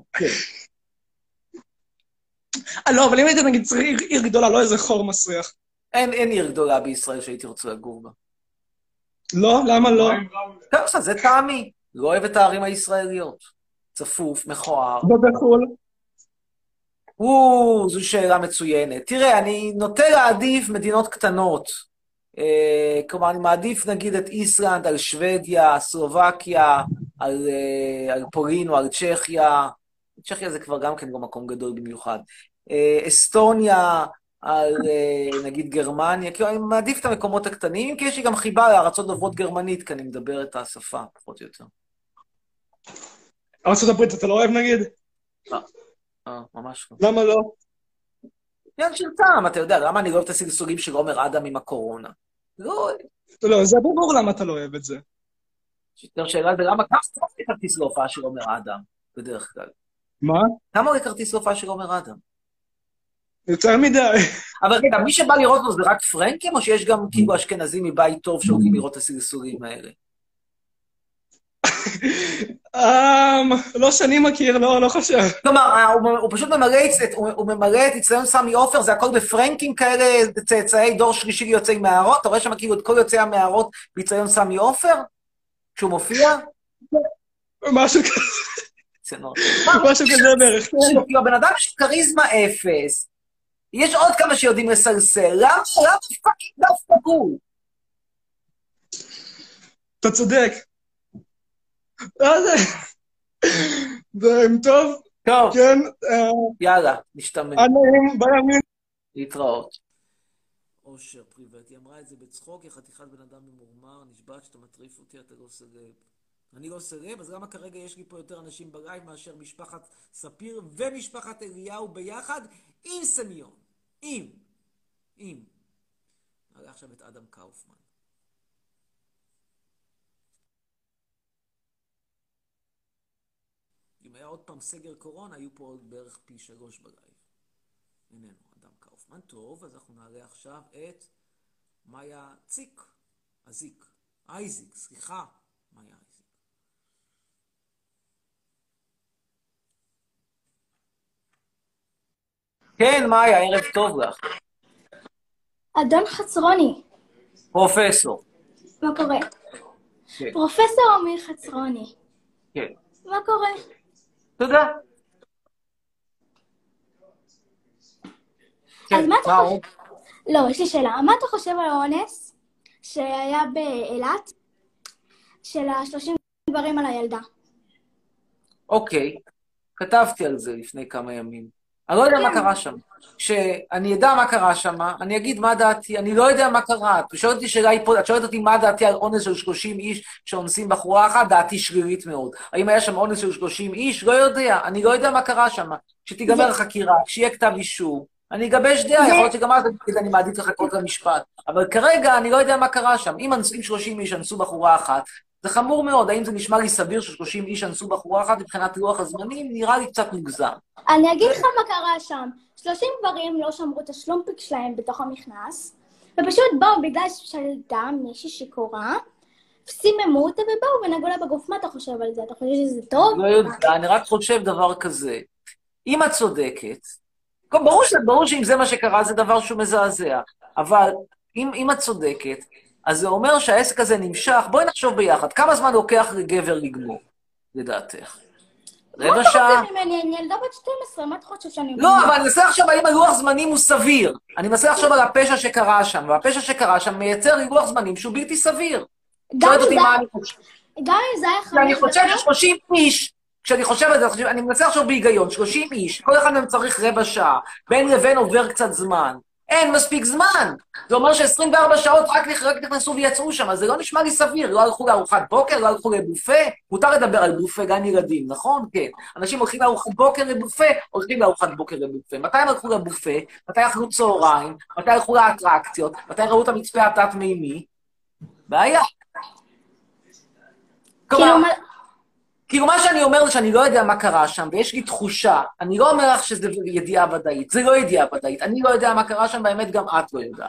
לא, אבל אם היית נגיד צריך עיר גדולה, לא איזה חור מסריח. אין עיר גדולה בישראל שהייתי רוצה לגור בה. לא? למה לא? ככה, זה טעמי. לא אוהב את הערים הישראליות. צפוף, מכוער. ובחול? זו שאלה מצוינת. תראה, אני נוטה להעדיף מדינות קטנות. כלומר, אני מעדיף נגיד את איסלנד על שוודיה, סלובקיה, על פולין או על צ'כיה. צ'כיה זה כבר גם כן לא מקום גדול במיוחד. אסטוניה, על נגיד גרמניה, כאילו אני מעדיף את המקומות הקטנים, כי יש לי גם חיבה לארצות דוברות גרמנית, כי אני מדבר את השפה, פחות או יותר. ארצות הברית אתה לא אוהב נגיד? ממש לא. למה לא? עניין של טעם, אתה יודע, למה אני לא אוהב את הסגסוגים של עומר אדם עם הקורונה? לא. לא, זה ברור למה אתה לא אוהב את זה. יותר שאלה זה למה כמה עולה כרטיס להופעה של עומר אדם, בדרך כלל? מה? כמה עולה כרטיס להופעה של עומר אדם? יותר מדי. אבל רגע, מי שבא לראות לו זה רק פרנקים, או שיש גם כאילו אשכנזים מבית טוב שהולכים לראות את הסגסוגים האלה? לא שאני מכיר, לא חושב. כלומר, הוא פשוט ממלא את אצטדיון סמי עופר, זה הכל בפרנקים כאלה, צאצאי דור שלישי ליוצאי מערות, אתה רואה שם כאילו את כל יוצאי המערות באצטדיון סמי עופר? כשהוא מופיע? משהו כזה. משהו כזה בערך. הבן אדם יש כריזמה אפס, יש עוד כמה שיודעים לסלסל, למה פאקינג דף פגור? אתה צודק. זה טוב. טוב. כן. יאללה, נשתמע. בימין. להתראות. אושר פריבט, היא אמרה את זה בצחוק, היא חתיכת בן אדם ממורמר, נשבעת שאתה מטריף אותי, אתה לא סלב. אני לא סלב, אז למה כרגע יש לי פה יותר אנשים בלייב מאשר משפחת ספיר ומשפחת אליהו ביחד עם סמיון. עם. נראה עכשיו את אדם קאופמן. אם היה עוד פעם סגר קורונה, היו פה עוד בערך פי 3 בלייב. איננו, אדם קאופמן. טוב, אז אנחנו נעלה עכשיו את מאיה אייזיק, סליחה, מאיה אייזיק. כן, מאיה, ערב טוב לך. אדון חצרוני. פרופסור. מה קורה? כן. פרופסור אמיר חצרוני. כן. מה קורה? תודה. אז מה אתה חושב? לא, יש לי שאלה. מה אתה חושב על האונס שהיה באילת של 30 דברים על הילדה? אוקיי, כתבתי על זה לפני כמה ימים. אני לא יודע מה קרה שם. כשאני אדע מה קרה שם, אני אגיד מה דעתי, אני לא יודע מה קרה. את שואלת אותי מה דעתי על אונס של 30 איש שאונסים בחורה אחת, דעתי שלילית מאוד. האם היה שם אונס של 30 איש? לא יודע. אני לא יודע מה קרה שם. כשתיגמר החקירה, כשיהיה כתב אישור, אני אגבש דעה, יכול להיות שגם אז אני מעדיף לחכות למשפט. אבל כרגע אני לא יודע מה קרה שם. אם 30 איש אנסו בחורה אחת, זה חמור מאוד. האם זה נשמע לי סביר ש30 איש אנסו בחורה אחת מבחינת לוח הזמנים? נראה לי קצת מוגזם. אני אגיד לך מה קרה שם. 30 גברים לא שמרו את השלומפיק שלהם בתוך המכנס, ופשוט באו בגלל שלדה מישהי שיכורה, סיממו אותה ובאו ונגעו לה בגוף. מה אתה חושב על זה? אתה חושב שזה טוב? לא יודע, אני רק חושב דבר כזה. אם את צודקת, ברור שאם זה מה שקרה זה דבר שהוא מזעזע, אבל אם את צודקת, אז זה אומר שהעסק הזה נמשך. בואי נחשוב ביחד, כמה זמן לוקח לגבר לגמור, לדעתך? רבע שעה? מה אתה רוצה ממני? אני ילדה בת 12, מה אתה חושב שאני... לא, אבל אני מנסה עכשיו האם הלוח זמנים הוא סביר. אני מנסה עכשיו על הפשע שקרה שם, והפשע שקרה שם מייצר לוח זמנים שהוא בלתי סביר. גם אם זה היה 5 דקות? אני חושב ש30 איש, כשאני חושב על זה, אני מנסה עכשיו בהיגיון, 30 איש, כל אחד מהם צריך רבע שעה, בין לבין עובר קצת זמן. אין מספיק זמן. זה אומר ש24 שעות רק נכנסו ויצאו שם, אז זה לא נשמע לי סביר. לא הלכו לארוחת בוקר, לא הלכו לבופה. מותר לדבר על בופה גן ילדים, נכון? כן. אנשים הולכים לארוחת בוקר לבופה, הולכים לארוחת בוקר לבופה. מתי הם הלכו לבופה? מתי אכלו צהריים? מתי הלכו לאטרקציות? מתי ראו את המצפה התת-מימי? בעיה. כאילו מה שאני אומר זה שאני לא יודע מה קרה שם, ויש לי תחושה, אני לא אומר לך שזה ידיעה ודאית, זה לא ידיעה ודאית, אני לא יודע מה קרה שם, באמת גם את לא יודעת.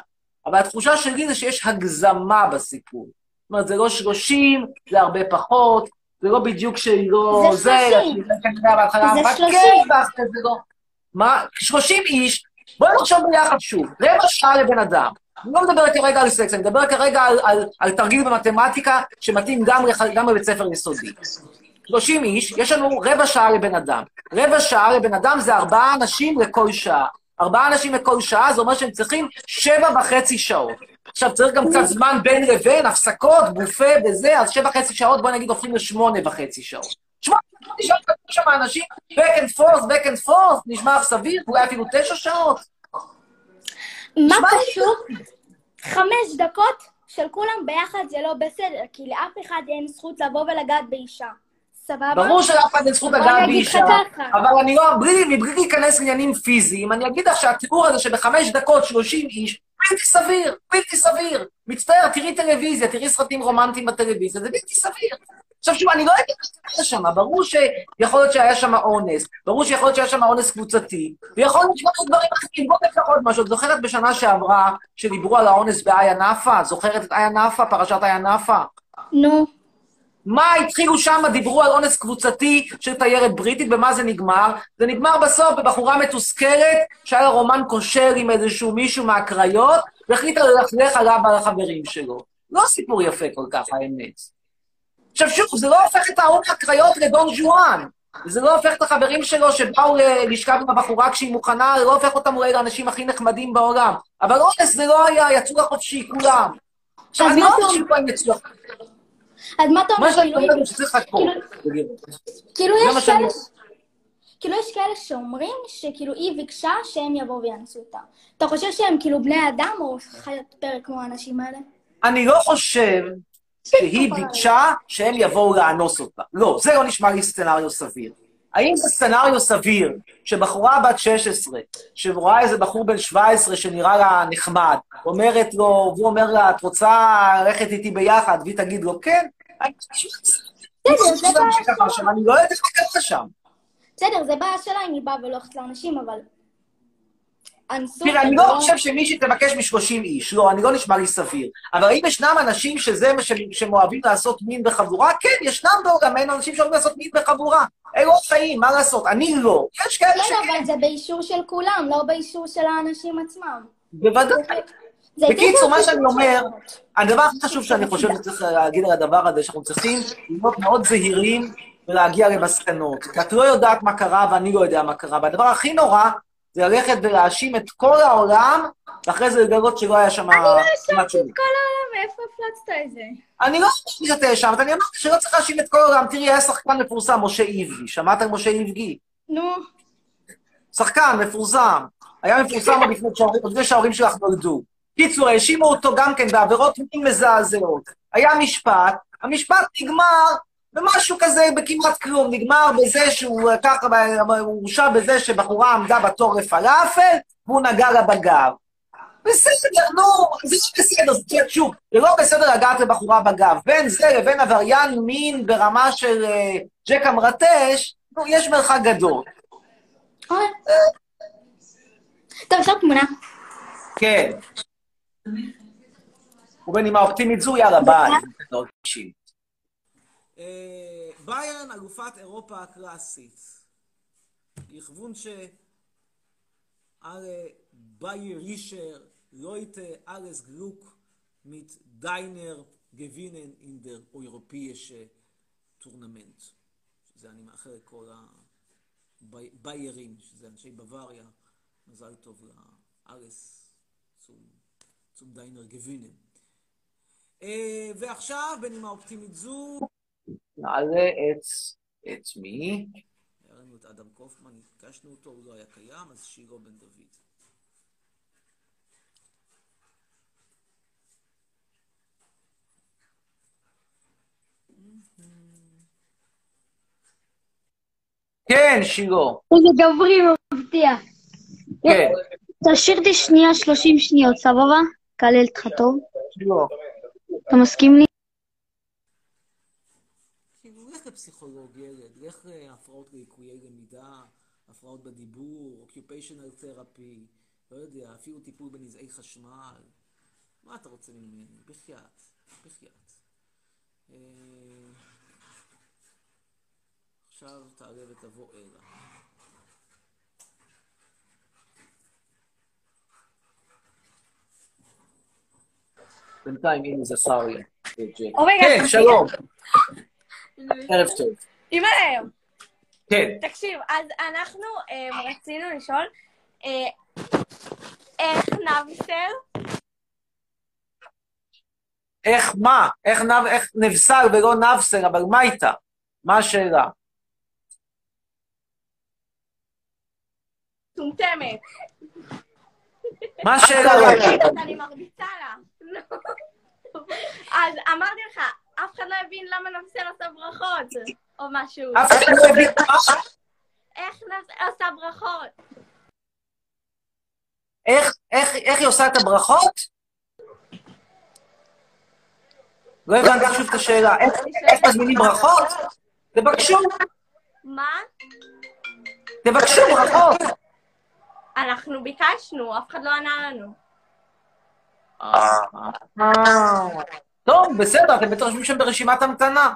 אבל התחושה שלי זה שיש הגזמה בסיפור. זאת אומרת, זה לא 30, זה הרבה פחות, זה לא בדיוק שהיא לא... זה 30. זה 30. זה לא... מה? 30 איש, בואי נחשוב ביחד שוב, רבע שעה לבן אדם. אני לא מדבר כרגע על סקס, אני מדבר כרגע על תרגיל במתמטיקה שמתאים גם בבית ספר יסודי. 30 איש, יש לנו רבע שעה לבן אדם. רבע שעה לבן אדם זה 4 אנשים לכל שעה. 4 אנשים לכל שעה, זה אומר שהם צריכים 7.5 שעות. עכשיו, צריך גם קצת זמן בין לבין, הפסקות, בופה וזה, אז 7.5 שעות, בוא נגיד, הופכים ל8.5 שעות. 8.5 שעות, שם האנשים, back and forth, נשמע סביר, אולי אפילו 9 שעות. מה פשוט? 5 דקות של כולם ביחד זה לא בסדר, כי לאף אחד אין זכות לבוא ולגעת באישה. סבבה? ברור שלאף אחד אין זכות לגעת באישה, אבל אני לא, מבלי להיכנס לעניינים פיזיים, אני אגיד לך שהתיאור הזה שב5 דקות 30 איש, בלתי סביר. מצטער, תראי טלוויזיה, תראי סרטים רומנטיים בטלוויזיה, זה בלתי סביר. עכשיו שוב, אני לא יודעת מה היה שם, ברור שיכול להיות שהיה שם אונס, ברור שיכול להיות שהיה שם אונס קבוצתי, ויכול להיות שגם דברים אחרים, בוא נפתח עוד משהו. את זוכרת בשנה שעברה שדיברו על האונס באיה נאפה? זוכרת את איה נאפה, פרשת איה נאפה? נו. מה התחילו שם? דיברו על אונס קבוצתי של תיירת בריטית, במה זה נגמר? זה נגמר בסוף בבחורה מתוסכלת, שהיה לה רומן כושר עם איזשהו מישהו מהקריות, והחליטה ללכלך עליו ועל החברים שלו. לא סיפור יפה כל כך, האמת. עכשיו שוב, זה לא הופך את ההוא הקריות לדון ז'ואן. זה לא הופך את החברים שלו שבאו לשכב עם הבחורה כשהיא מוכנה, זה לא הופך אותם אולי לאנשים הכי נחמדים בעולם. אבל אונס זה לא היה, יצאו לחופשי, כולם. עכשיו, אני לא חושב שפה הם יצאו. אז מה אתה אומר? כאילו יש כאלה שאומרים שכאילו היא ביקשה שהם יבואו ויאנסו אותה. אתה חושב שהם כאילו בני אדם או חיות פרק כמו האנשים האלה? אני לא חושב שהיא ביקשה שהם יבואו לאנוס אותה. לא, זה לא נשמע לי סצנריו סביר. האם זה סצנריו סביר שבחורה בת 16, שרואה איזה בחור בן 17 שנראה לה נחמד, אומרת לו, והוא אומר לה, את רוצה ללכת איתי ביחד? והיא תגיד לו, כן. אני לא יודעת איך לקראת שם. בסדר, זה בעיה שלה אם היא באה ולוחת לאנשים, אבל... תראה, אני לא חושב שמישהי תבקש מ30 איש, לא, אני לא נשמע לי סביר. אבל האם ישנם אנשים שהם אוהבים לעשות מין בחבורה? כן, ישנם בעולמנו אנשים שאוהבים לעשות מין בחבורה. אלו חיים, מה לעשות? אני לא. יש כאלה שכן. אבל זה באישור של כולם, לא באישור של האנשים עצמם. בוודאי. בקיצור, מה שאני אומר, הדבר הכי חשוב שאני חושב שצריך להגיד על הדבר הזה, שאנחנו צריכים להיות מאוד זהירים ולהגיע למסקנות. כי את לא יודעת מה קרה ואני לא יודע מה קרה. והדבר הכי נורא זה ללכת ולהאשים את כל העולם, ואחרי זה לגלות שלא היה שם... אני לא האשמתי את כל העולם, מאיפה הפלצת את זה? אני לא חושבת שאתה האשמת, אני אמרתי שלא צריך להאשים את כל העולם. תראי, היה שחקן מפורסם, משה איבגי. שמעת על משה איבגי? נו. שחקן מפורסם. היה מפורסם לפני שההורים שלך נולדו. קיצור, האשימו אותו גם כן בעבירות מין מזעזעות. היה משפט, המשפט נגמר במשהו כזה, בכמעט כלום. נגמר בזה שהוא ככה, הוא הורשע בזה שבחורה עמדה בתור לפלאפל, והוא נגע לה בגב. בסדר, נו, זה לא בסדר, זה שוב, זה לא בסדר לגעת לבחורה בגב. בין זה לבין עבריין מין ברמה של ג'ק המרטש, נו, יש מרחק גדול. טוב, עכשיו תמונה. כן. ובנימה אופטימית זו, יאללה, ביי. ביירן, אלופת אירופה הקלאסית. יכוון alle bayerischer Leute alles Glück mit deiner Gewinnen in der europäische Tournament. שזה אני מאחר כל הביירים, שזה אנשי בוואריה, מזל טוב לאלס zum deiner Gewinnen. ועכשיו, בנימה אופטימית זו, נעלה את מי? היה לנו את אדם קופמן, נפגשנו אותו, הוא לא היה קיים, אז שירו בן דוד. כן, שירו. זה גברי מבטיח. כן. תשאיר לי שנייה 30 שניות, סבבה? כלל אותך טוב. שירו. אתה מסכים לי? לך לפסיכולוג ילד, לך להפרעות ליקויי למידה, הפרעות בדיבור, occupational therapy, לא יודע, אפילו טיפול בנזעי חשמל. מה אתה רוצה ממני? בחייאת, בחייאת. עכשיו תעלה ותבוא אלה. בינתיים הנה זה סריה. כן, שלום. ערב טוב. אימא'לה. כן. תקשיב, אז אנחנו רצינו לשאול איך נבסל? איך מה? איך נבסל ולא נבסל, אבל מה איתה? מה השאלה? טומטמת. מה השאלה? אני מרביצה לה. אז אמרתי לך, אף אחד לא הבין למה נבסל עושה ברכות, או משהו. אף אחד לא הבין מה? איך נבסל עושה ברכות? איך היא עושה את הברכות? לא הבנתי שוב את השאלה. איך מזמינים ברכות? תבקשו. מה? תבקשו ברכות. אנחנו ביקשנו, אף אחד לא ענה לנו. טוב, בסדר, אתם בטח חושבים שם ברשימת המתנה.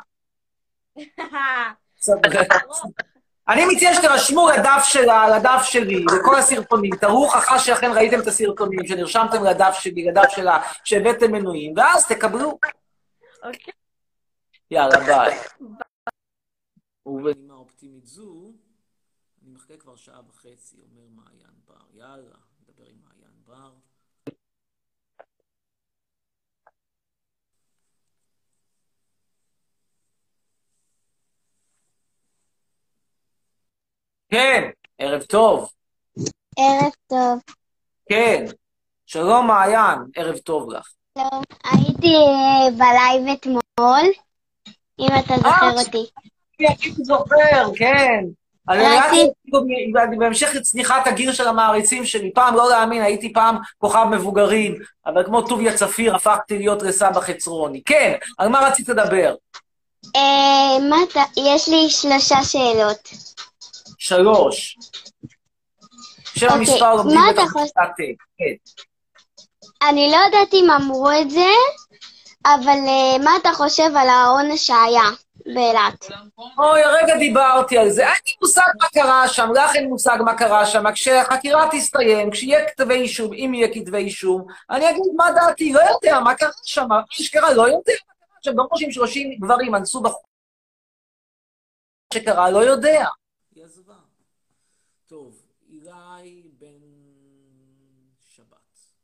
אני מציע שתרשמו לדף שלי, לכל הסרטונים, תראו הוכחה שאכן ראיתם את הסרטונים, שנרשמתם לדף שלי, לדף שלה, שהבאתם מנויים, ואז תקבלו. אוקיי. יאללה, ביי. ובנימה אופטימית זו, אני מחכה כבר שעה וחצי, אומר מעיין בר. יאללה, נדבר עם מעיין בר. כן, ערב טוב. ערב טוב. כן, שלום מעיין, ערב טוב לך. שלום, הייתי בלייב אתמול, אם אתה זוכר אותי. הייתי זוכר, כן. אני בהמשך צניחת הגיר של המעריצים שלי, פעם לא להאמין, הייתי פעם כוכב מבוגרים, אבל כמו טוביה צפיר הפכתי להיות רס"ר בחצרוני. כן, על מה רצית לדבר? יש לי 3 שאלות. 3. שם המספר לומדים בתחתת. אני לא יודעת אם אמרו את זה, אבל מה אתה חושב על העונש שהיה באילת? אוי, הרגע דיברתי על זה. אין לי מושג מה קרה שם, לך אין מושג מה קרה שם. כשהחקירה תסתיים, כשיהיה כתבי אישום, אם יהיה כתבי אישום, אני אגיד מה דעתי, לא יודע מה קרה שם, מה שקרה, לא יודע מה קרה שם. גם חושבים 30 גברים אנסו בחור שקרה, לא יודע. היא עזבה. טוב, אילי בן שבת.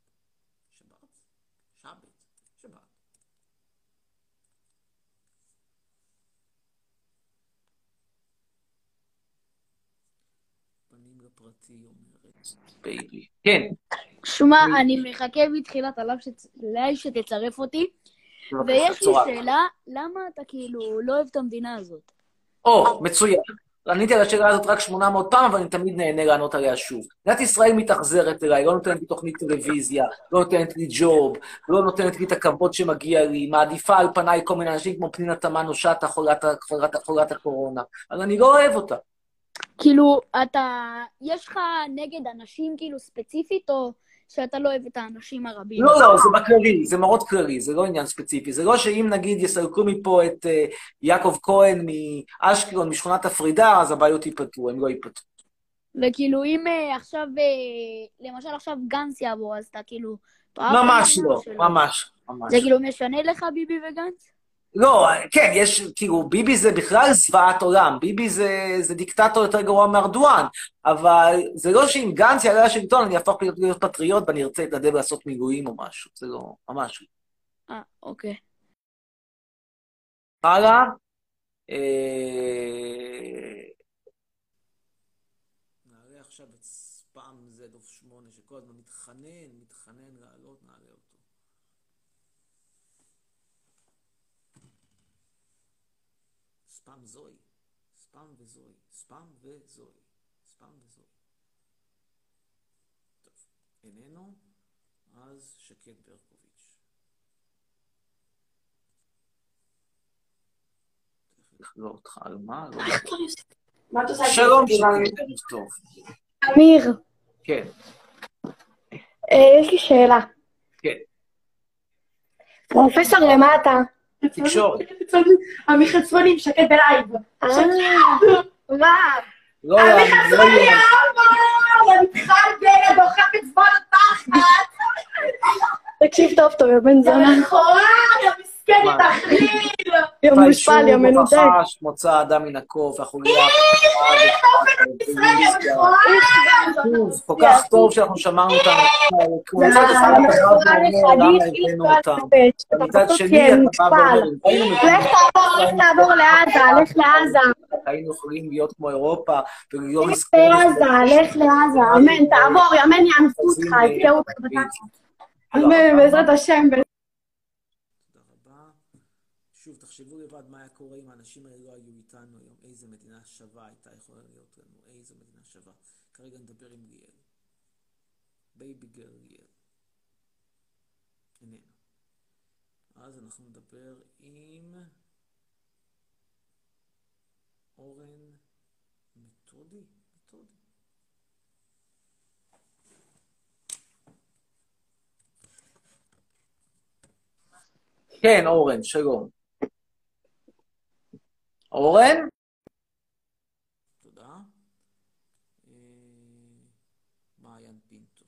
פנים לפרטי אומרת, בייבי. כן. שמע, אני מחכה מתחילת הלייב שתצרף אותי, ויש לי שאלה, למה אתה כאילו לא אוהב את המדינה הזאת? מצוין. עניתי על השאלה הזאת רק 800 פעם, אבל אני תמיד נהנה לענות עליה שוב. מדינת ישראל מתאכזרת אליי, לא נותנת לי תוכנית טלוויזיה, לא נותנת לי ג'וב, לא נותנת לי את הכבוד שמגיע לי, מעדיפה על פניי כל מיני אנשים כמו פנינה תמנו שטה, חולת הקורונה. אז אני לא אוהב אותה. כאילו, יש לך נגד אנשים כאילו ספציפית, או שאתה לא אוהב את האנשים הרבים? לא, זה בכללי, זה מאוד כללי, זה לא עניין ספציפי. זה לא שאם נגיד יסלקו מפה את יעקב כהן מאשקלון, משכונת הפרידה, אז הבעיות ייפתרו, הם לא ייפתרו. וכאילו, אם עכשיו, למשל עכשיו גנץ יעבור, אז אתה כאילו... ממש לא, ממש. זה כאילו משנה לך ביבי וגנץ? לא, כן, יש, כאילו, ביבי זה בכלל זוועת עולם, ביבי זה דיקטטור יותר גרוע מארדואן, אבל זה לא שאם גנץ יעלה לשלטון, אני אהפוך להיות פטריוט ואני ארצה להתנדב לעשות מילואים או משהו, זה לא, ממש. אוקיי. הלאה. נעלה עכשיו את ספאם Z8, שכל הזמן מתחנן לעלות, נעלה אותו. ספאם וזוי. טוב, איננו, אז שקד ברקוביץ'. לא אותך, על מה? שלום, טוב. אמיר. כן. יש לי שאלה. כן. פרופסור למטה. תקשורת. עמיחי צפוני שקט בלייב. מה? לא, עמיחי צפוני, המתחל בין הדוחפת זמן התחת. תקשיב טוב טוב, יא בן זונה. מכורה, יא מסכנת תכליל. יא מושפל, יא מנודק. מוצא אדם מן הקוף, החוליה. כל כך טוב שאנחנו שמרנו אותם. מצד אחד הבאנו אותם. מצד שני אתה בא ואומר, לך תעבור לעזה, לך לעזה. היינו יכולים להיות כמו אירופה. לך לעזה, לך לעזה. אמן, תעבור, אמן יענפו אותך, יפקעו אותך בתחת. אמן, בעזרת השם. תודה רבה. שוב, תחשבו לבד מה היה קורה אם האנשים האלה לא היו איתנו היום. איזה מדינה שווה הייתה יכולה להיות לנו. איזה מדינה שווה. כרגע נדבר עם ליאל. בייבי גר ליאל. איננו. אז אנחנו נדבר עם אורן מתודי. כן, אורן, שלום. אורן? תודה. מעיין פינטו.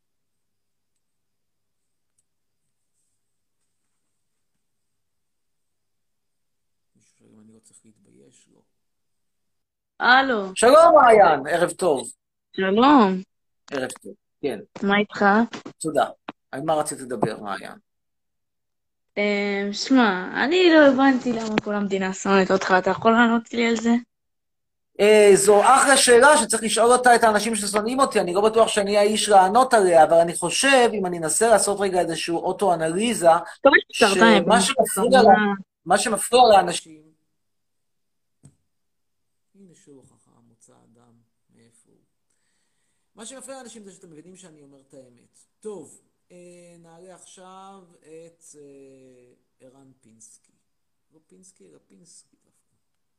מישהו שאם אני לא צריך להתבייש, לא. הלו. שלום מעיין, ערב טוב. שלום. ערב טוב, כן. מה איתך? תודה. על מה רצית לדבר, מעיין? שמע, אני לא הבנתי למה כל המדינה שונאת אותך, אתה יכול לענות לי על זה? זו אחלה שאלה שצריך לשאול אותה את האנשים ששונאים אותי, אני לא בטוח שאני האיש לענות עליה, אבל אני חושב, אם אני אנסה לעשות רגע איזשהו אוטו-אנליזה, שמה שמפריע לאנשים... הנה שוב הוכחה, מוצא אדם, מאיפה הוא? מה שמפריע לאנשים זה שאתם מבינים שאני אומר את האמת. טוב. נעלה עכשיו את ערן פינסקי. לא פינסקי, אלא פינסקי דווקא.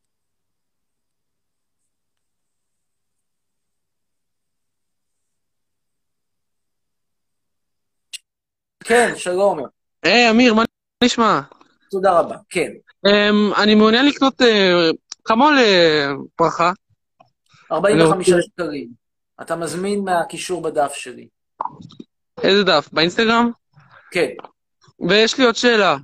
כן, שלום. היי, אמיר, מה נשמע? תודה רבה, כן. אני מעוניין לקנות כמה לברכה. 45 שקלים. אתה מזמין מהקישור בדף שלי. איזה דף? באינסטגרם? כן. ויש לי עוד שאלה.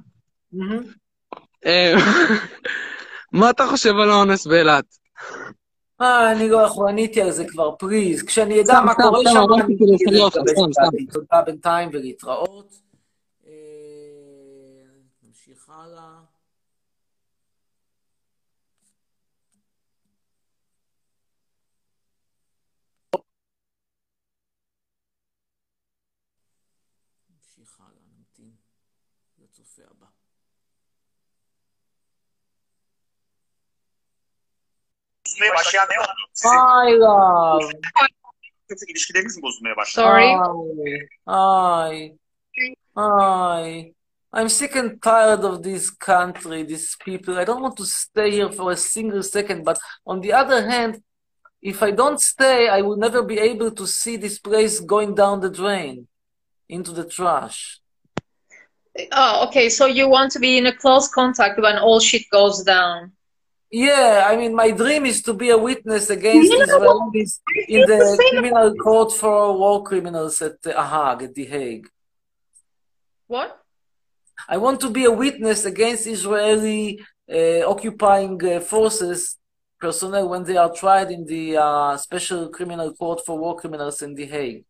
מה אתה חושב על האונס באילת? אני לא יכול, עניתי על זה כבר, פליז. כשאני אדע מה קורה שם, אני אגיד. תודה בינתיים ולהתראות. נמשיך הלאה. נמתין לצופה הבא. Hi, love. Sorry. Hi. I'm sick and tired of this country, these people. I don't want to stay here for a single second, but on the other hand, if I don't stay, I will never be able to see this place going down the drain into the trash. Oh, okay. So you want to be in a close contact when all shit goes down. Yeah, I mean, my dream is to be a witness against Israelis in the criminal court for war criminals at Hague, at The Hague. What? I want to be a witness against Israeli occupying forces personnel when they are tried in the special criminal court for war criminals in The Hague.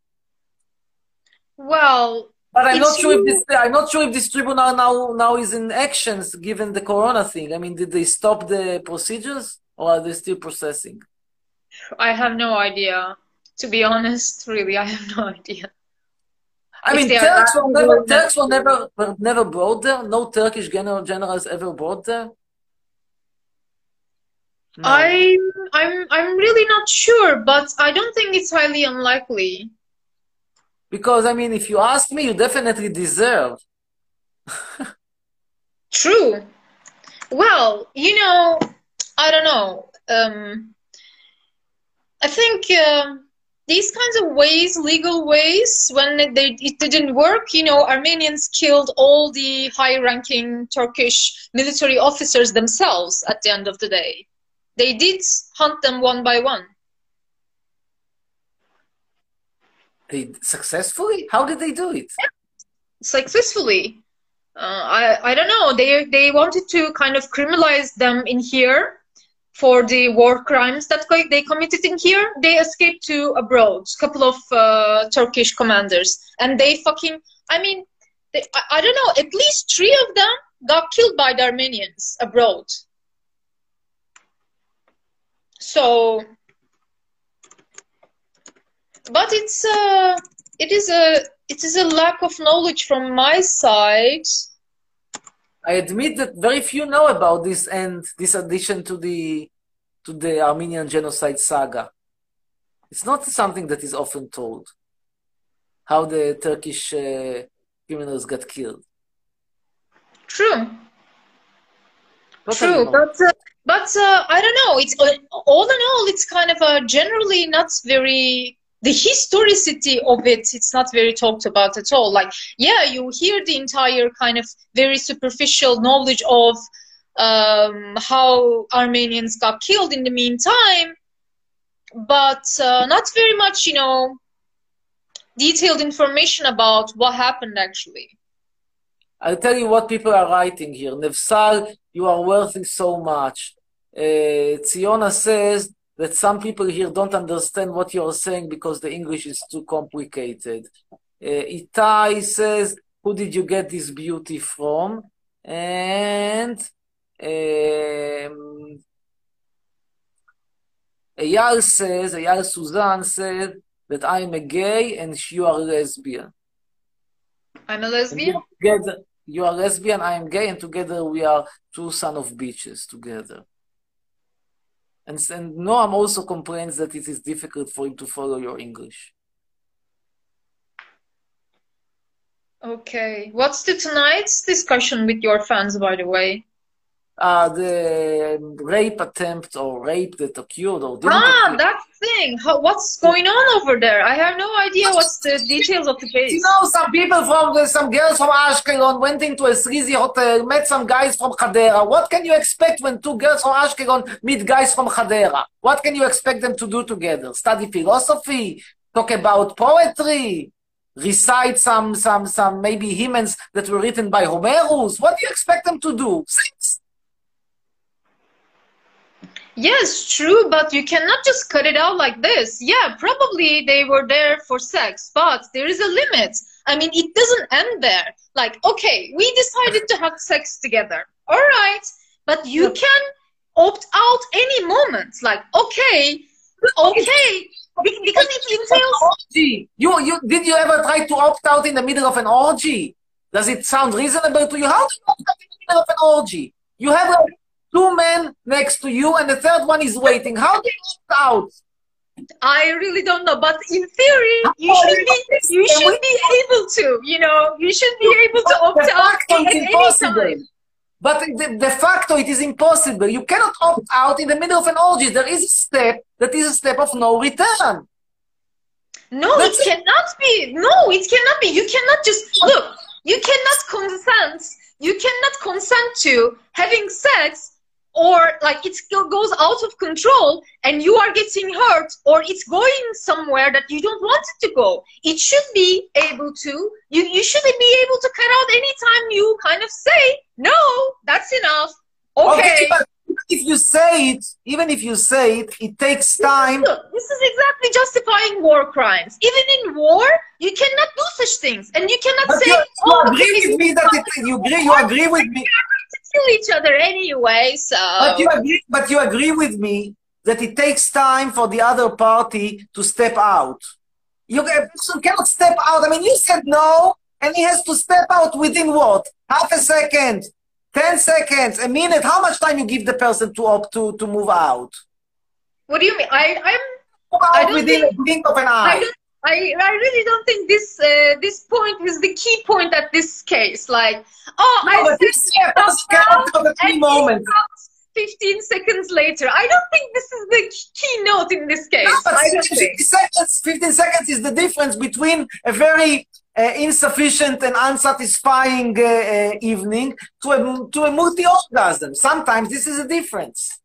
Well, but I'm not sure if this tribunal now is in actions given the corona thing. I mean, did they stop the procedures or are they still processing? I have no idea. To be honest, really, I have no idea. I mean, Turks were never brought there. No Turkish generals ever brought there. No. I'm really not sure, but I don't think it's highly unlikely. Because, I mean, if you ask me, you definitely deserve. True. Well, you know, I don't know. I think these kinds of ways, legal ways, when it didn't work, you know, Armenians killed all the high-ranking Turkish military officers themselves at the end of the day. They did hunt them one by one. They successfully? How did they do it? Yeah, successfully. I don't know. They wanted to kind of criminalize them in here for the war crimes that they committed in here. They escaped to abroad, a couple of Turkish commanders. And they fucking, I mean, I don't know, at least 3 of them got killed by the Armenians abroad. So, but it is a lack of knowledge from my side. I admit that very few know about this and this addition to the Armenian genocide saga. It's not something that is often told, how the Turkish criminals got killed. True. True, but I don't know. It's all in all, it's kind of a generally not very. The historicity of it, it's not very talked about at all. Like, yeah, you hear the entire kind of very superficial knowledge of how Armenians got killed in the meantime, but not very much, you know, detailed information about what happened actually. I'll tell you what people are writing here. Nevsal, you are worthy so much. Tziona says that some people here don't understand what you're saying because the English is too complicated. Itai says, who did you get this beauty from? And Eyal Suzanne said that I'm a gay and you are a lesbian. I'm a lesbian? Together, you are lesbian, I am gay, and together we are 2 sons of bitches together. And Noam also complains that it is difficult for him to follow your English. Okay. What's tonight's discussion with your fans, by the way? The rape attempt or rape that occurred or didn't occur. That thing. What's going on over there? I have no idea what's the details of the case. You know, some girls from Ashkelon went into a sleazy hotel, met some guys from Hadera. What can you expect when 2 girls from Ashkelon meet guys from Hadera? What can you expect them to do together? Study philosophy? Talk about poetry? Recite some maybe hymns that were written by Homerus? What do you expect them to do? Yes, true, but you cannot just cut it out like this. Yeah, probably they were there for sex, but there is a limit. I mean, it doesn't end there. Like, okay, we decided to have sex together. All right, but you can opt out any moment. Like, okay, because it entails... Did you ever try to opt out in the middle of an orgy? Does it sound reasonable to you? How do you opt out in the middle of an orgy? You have like 2 men next to you and the 3rd one is waiting. How do you opt out? I really don't know, but in theory, you should be able to, you know, you should be able to opt out at any time. But de facto, it is impossible. You cannot opt out in the middle of an orgy. There is a step that is a step of no return. No, it cannot be. No, it cannot be. You cannot just, look, you cannot consent. You cannot consent to having sex, or like it goes out of control and you are getting hurt, or it's going somewhere that you don't want it to go. It should be able to, you shouldn't be able to cut out anytime you kind of say, no, that's enough. Okay. But even if you say it, it takes time. Look, this is exactly justifying war crimes. Even in war, you cannot do such things. And you cannot say, you agree with me that you agree with me. Kill each other anyway, so... But you agree with me that it takes time for the other party to step out. A person cannot step out. I mean, you said no, and he has to step out within what? Half a second, 10 seconds, a minute. How much time you give the person to opt to move out? What do you mean? I don't within a blink of an eye. I really don't think this point is the key point at this case. Like, oh, no, I said 15 seconds later. I don't think this is the keynote in this case. No, but I don't 15 seconds is the difference between a very insufficient and unsatisfying evening to a multi-orgasm. Sometimes this is a difference.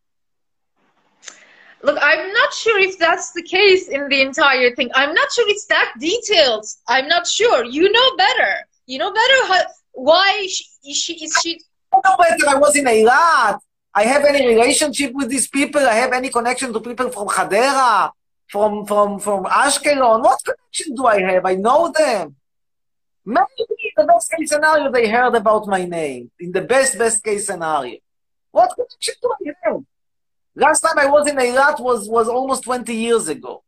Look, I'm not sure if that's the case in the entire thing. I'm not sure it's that detailed. I'm not sure. You know better. You know better why she. I don't know whether I was in Eilat. I have any relationship with these people. I have any connection to people from Hadera, from Ashkelon. What connection do I have? I know them. Maybe in the best case scenario, they heard about my name. In the best case scenario. What connection do I have? Last time I was in Eilat was almost 20 years ago.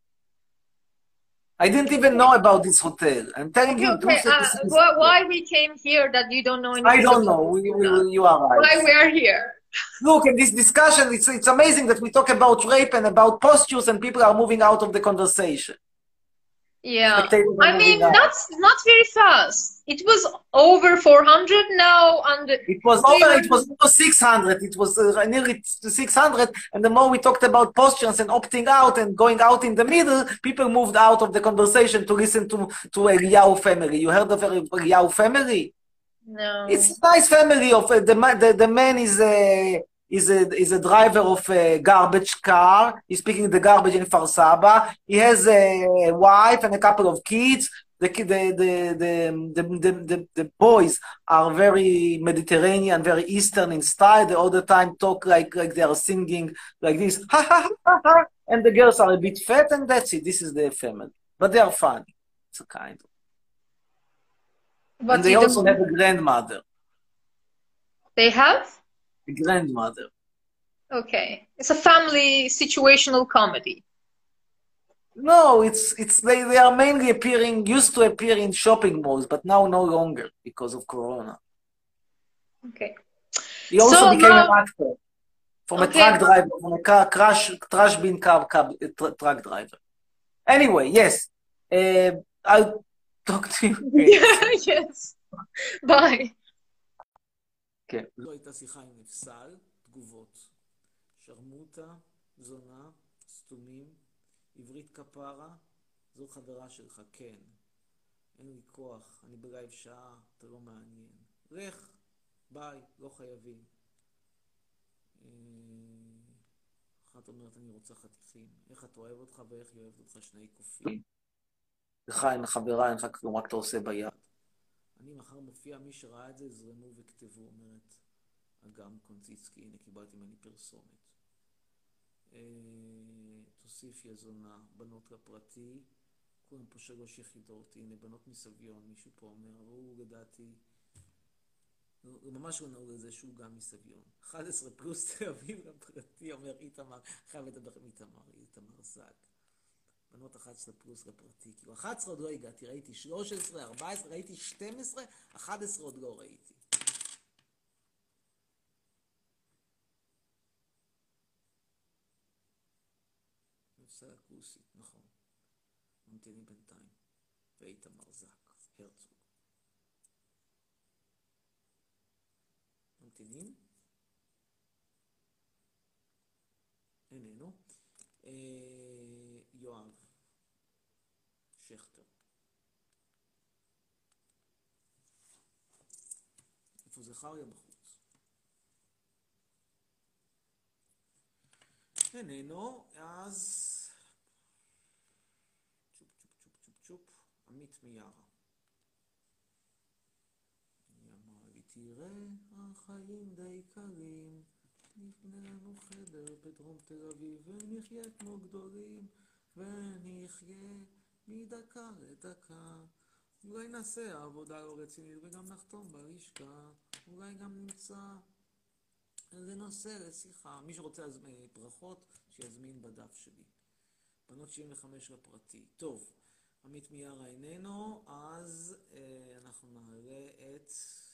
I didn't even know about this hotel. I'm telling you. Okay, why we came here that you don't know anything? I don't know. You are right. Why we are here? Look, in this discussion, it's amazing that we talk about rape and about postures and people are moving out of the conversation. Yeah, I mean, not very fast. It was over 400 now. It was over 600. It was nearly 600. And the more we talked about postures and opting out and going out in the middle, people moved out of the conversation to listen to Eliyahu family. You heard of Eliyahu family? No. It's a nice family. Of the man is a driver of a garbage car. He's picking the garbage in Kfar Saba. He has a wife and a couple of kids. The boys are very Mediterranean, very Eastern in style. They all the time talk like they are singing like this. Ha ha ha ha. And the girls are a bit fat, and that's it. This is their family. But they are funny. It's a kind of. And they also have a grandmother. They have? A grandmother. Okay. It's a family situational comedy. No, they are mainly used to appear in shopping malls, but now no longer because of Corona. Okay. He also became an actor. From a truck driver, from a trash bin truck driver. Anyway, yes. I'll talk to you. Yes. Bye. כן. זו הייתה שיחה עם נפסל, תגובות. שרמוטה, זונה, סתומים, עברית כפרה, זו חברה שלך, כן. אין לי כוח, אני בלייב שעה, אתה לא מעניין. לך, ביי, לא חייבים. אחת אומרת, אני רוצה חתיכים. איך אתה אוהב אותך ואיך היא אוהבת אותך שני קופים. לך אין לחברה, אין לך כלום, רק אתה עושה ביד. אני מחר מופיע, מי שראה את זה, זרמו וכתבו, אומרת אגם קונציצקי, הנה קיבלתי ממני פרסומת. תוסיף יזונה, בנות לפרטי, כולם פה 3 יחידות, הנה בנות מסביון, מישהו פה אומר, הוא לדעתי, הוא ממש לא נעול לזה שהוא גם מסביון. 11 פלוס תל אביב לפרטי, אומר איתמר, חייב לדבר עם איתמר זק. בנות 11 פלוס לפרטי, כאילו 11 עוד לא הגעתי, ראיתי 13, 14, ראיתי 12, 11 עוד לא ראיתי. נפסל הכוסית, נכון. ממתינים בינתיים. ואיתמר זק, הרצוג. ממתינים? איננו. יואב. שכטר. איפה זכריה בחוץ? איננו, אז צ'ופ צ'ופ צ'ופ צ'ופ צ'ופ, עמית מיארה. היא אמרה לי, תראה, החיים די קלים, נבנה לנו חדר בדרום תל אביב, ונחיה כמו גדולים, ונחיה מדקה לדקה. אולי נעשה עבודה לא רצינית וגם נחתום בלשכה. אולי גם נמצא איזה נושא לשיחה. מי שרוצה ברכות, שיזמין בדף שלי. בנות 75 לפרטי. טוב, עמית מיארה איננו, אז אנחנו נעלה את...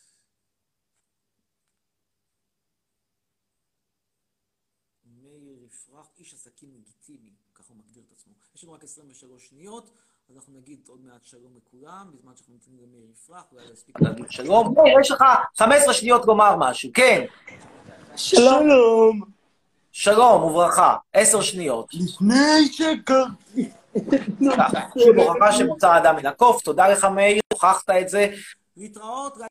מאיר יפרח, איש עסקים לגיטימי, ככה הוא מגדיר את עצמו. יש לנו רק 23 שניות, אז אנחנו נגיד עוד מעט שלום לכולם, בזמן שאנחנו נתנים למאיר יפרח, אולי להספיק להגיד שלום. יש לך 15 שניות לומר משהו, כן. שלום. שלום וברכה, 10 שניות. לפני שקרתי. שוב הוכחה שמוצא האדם מן הקוף, תודה לך מאיר, הוכחת את זה. להתראות.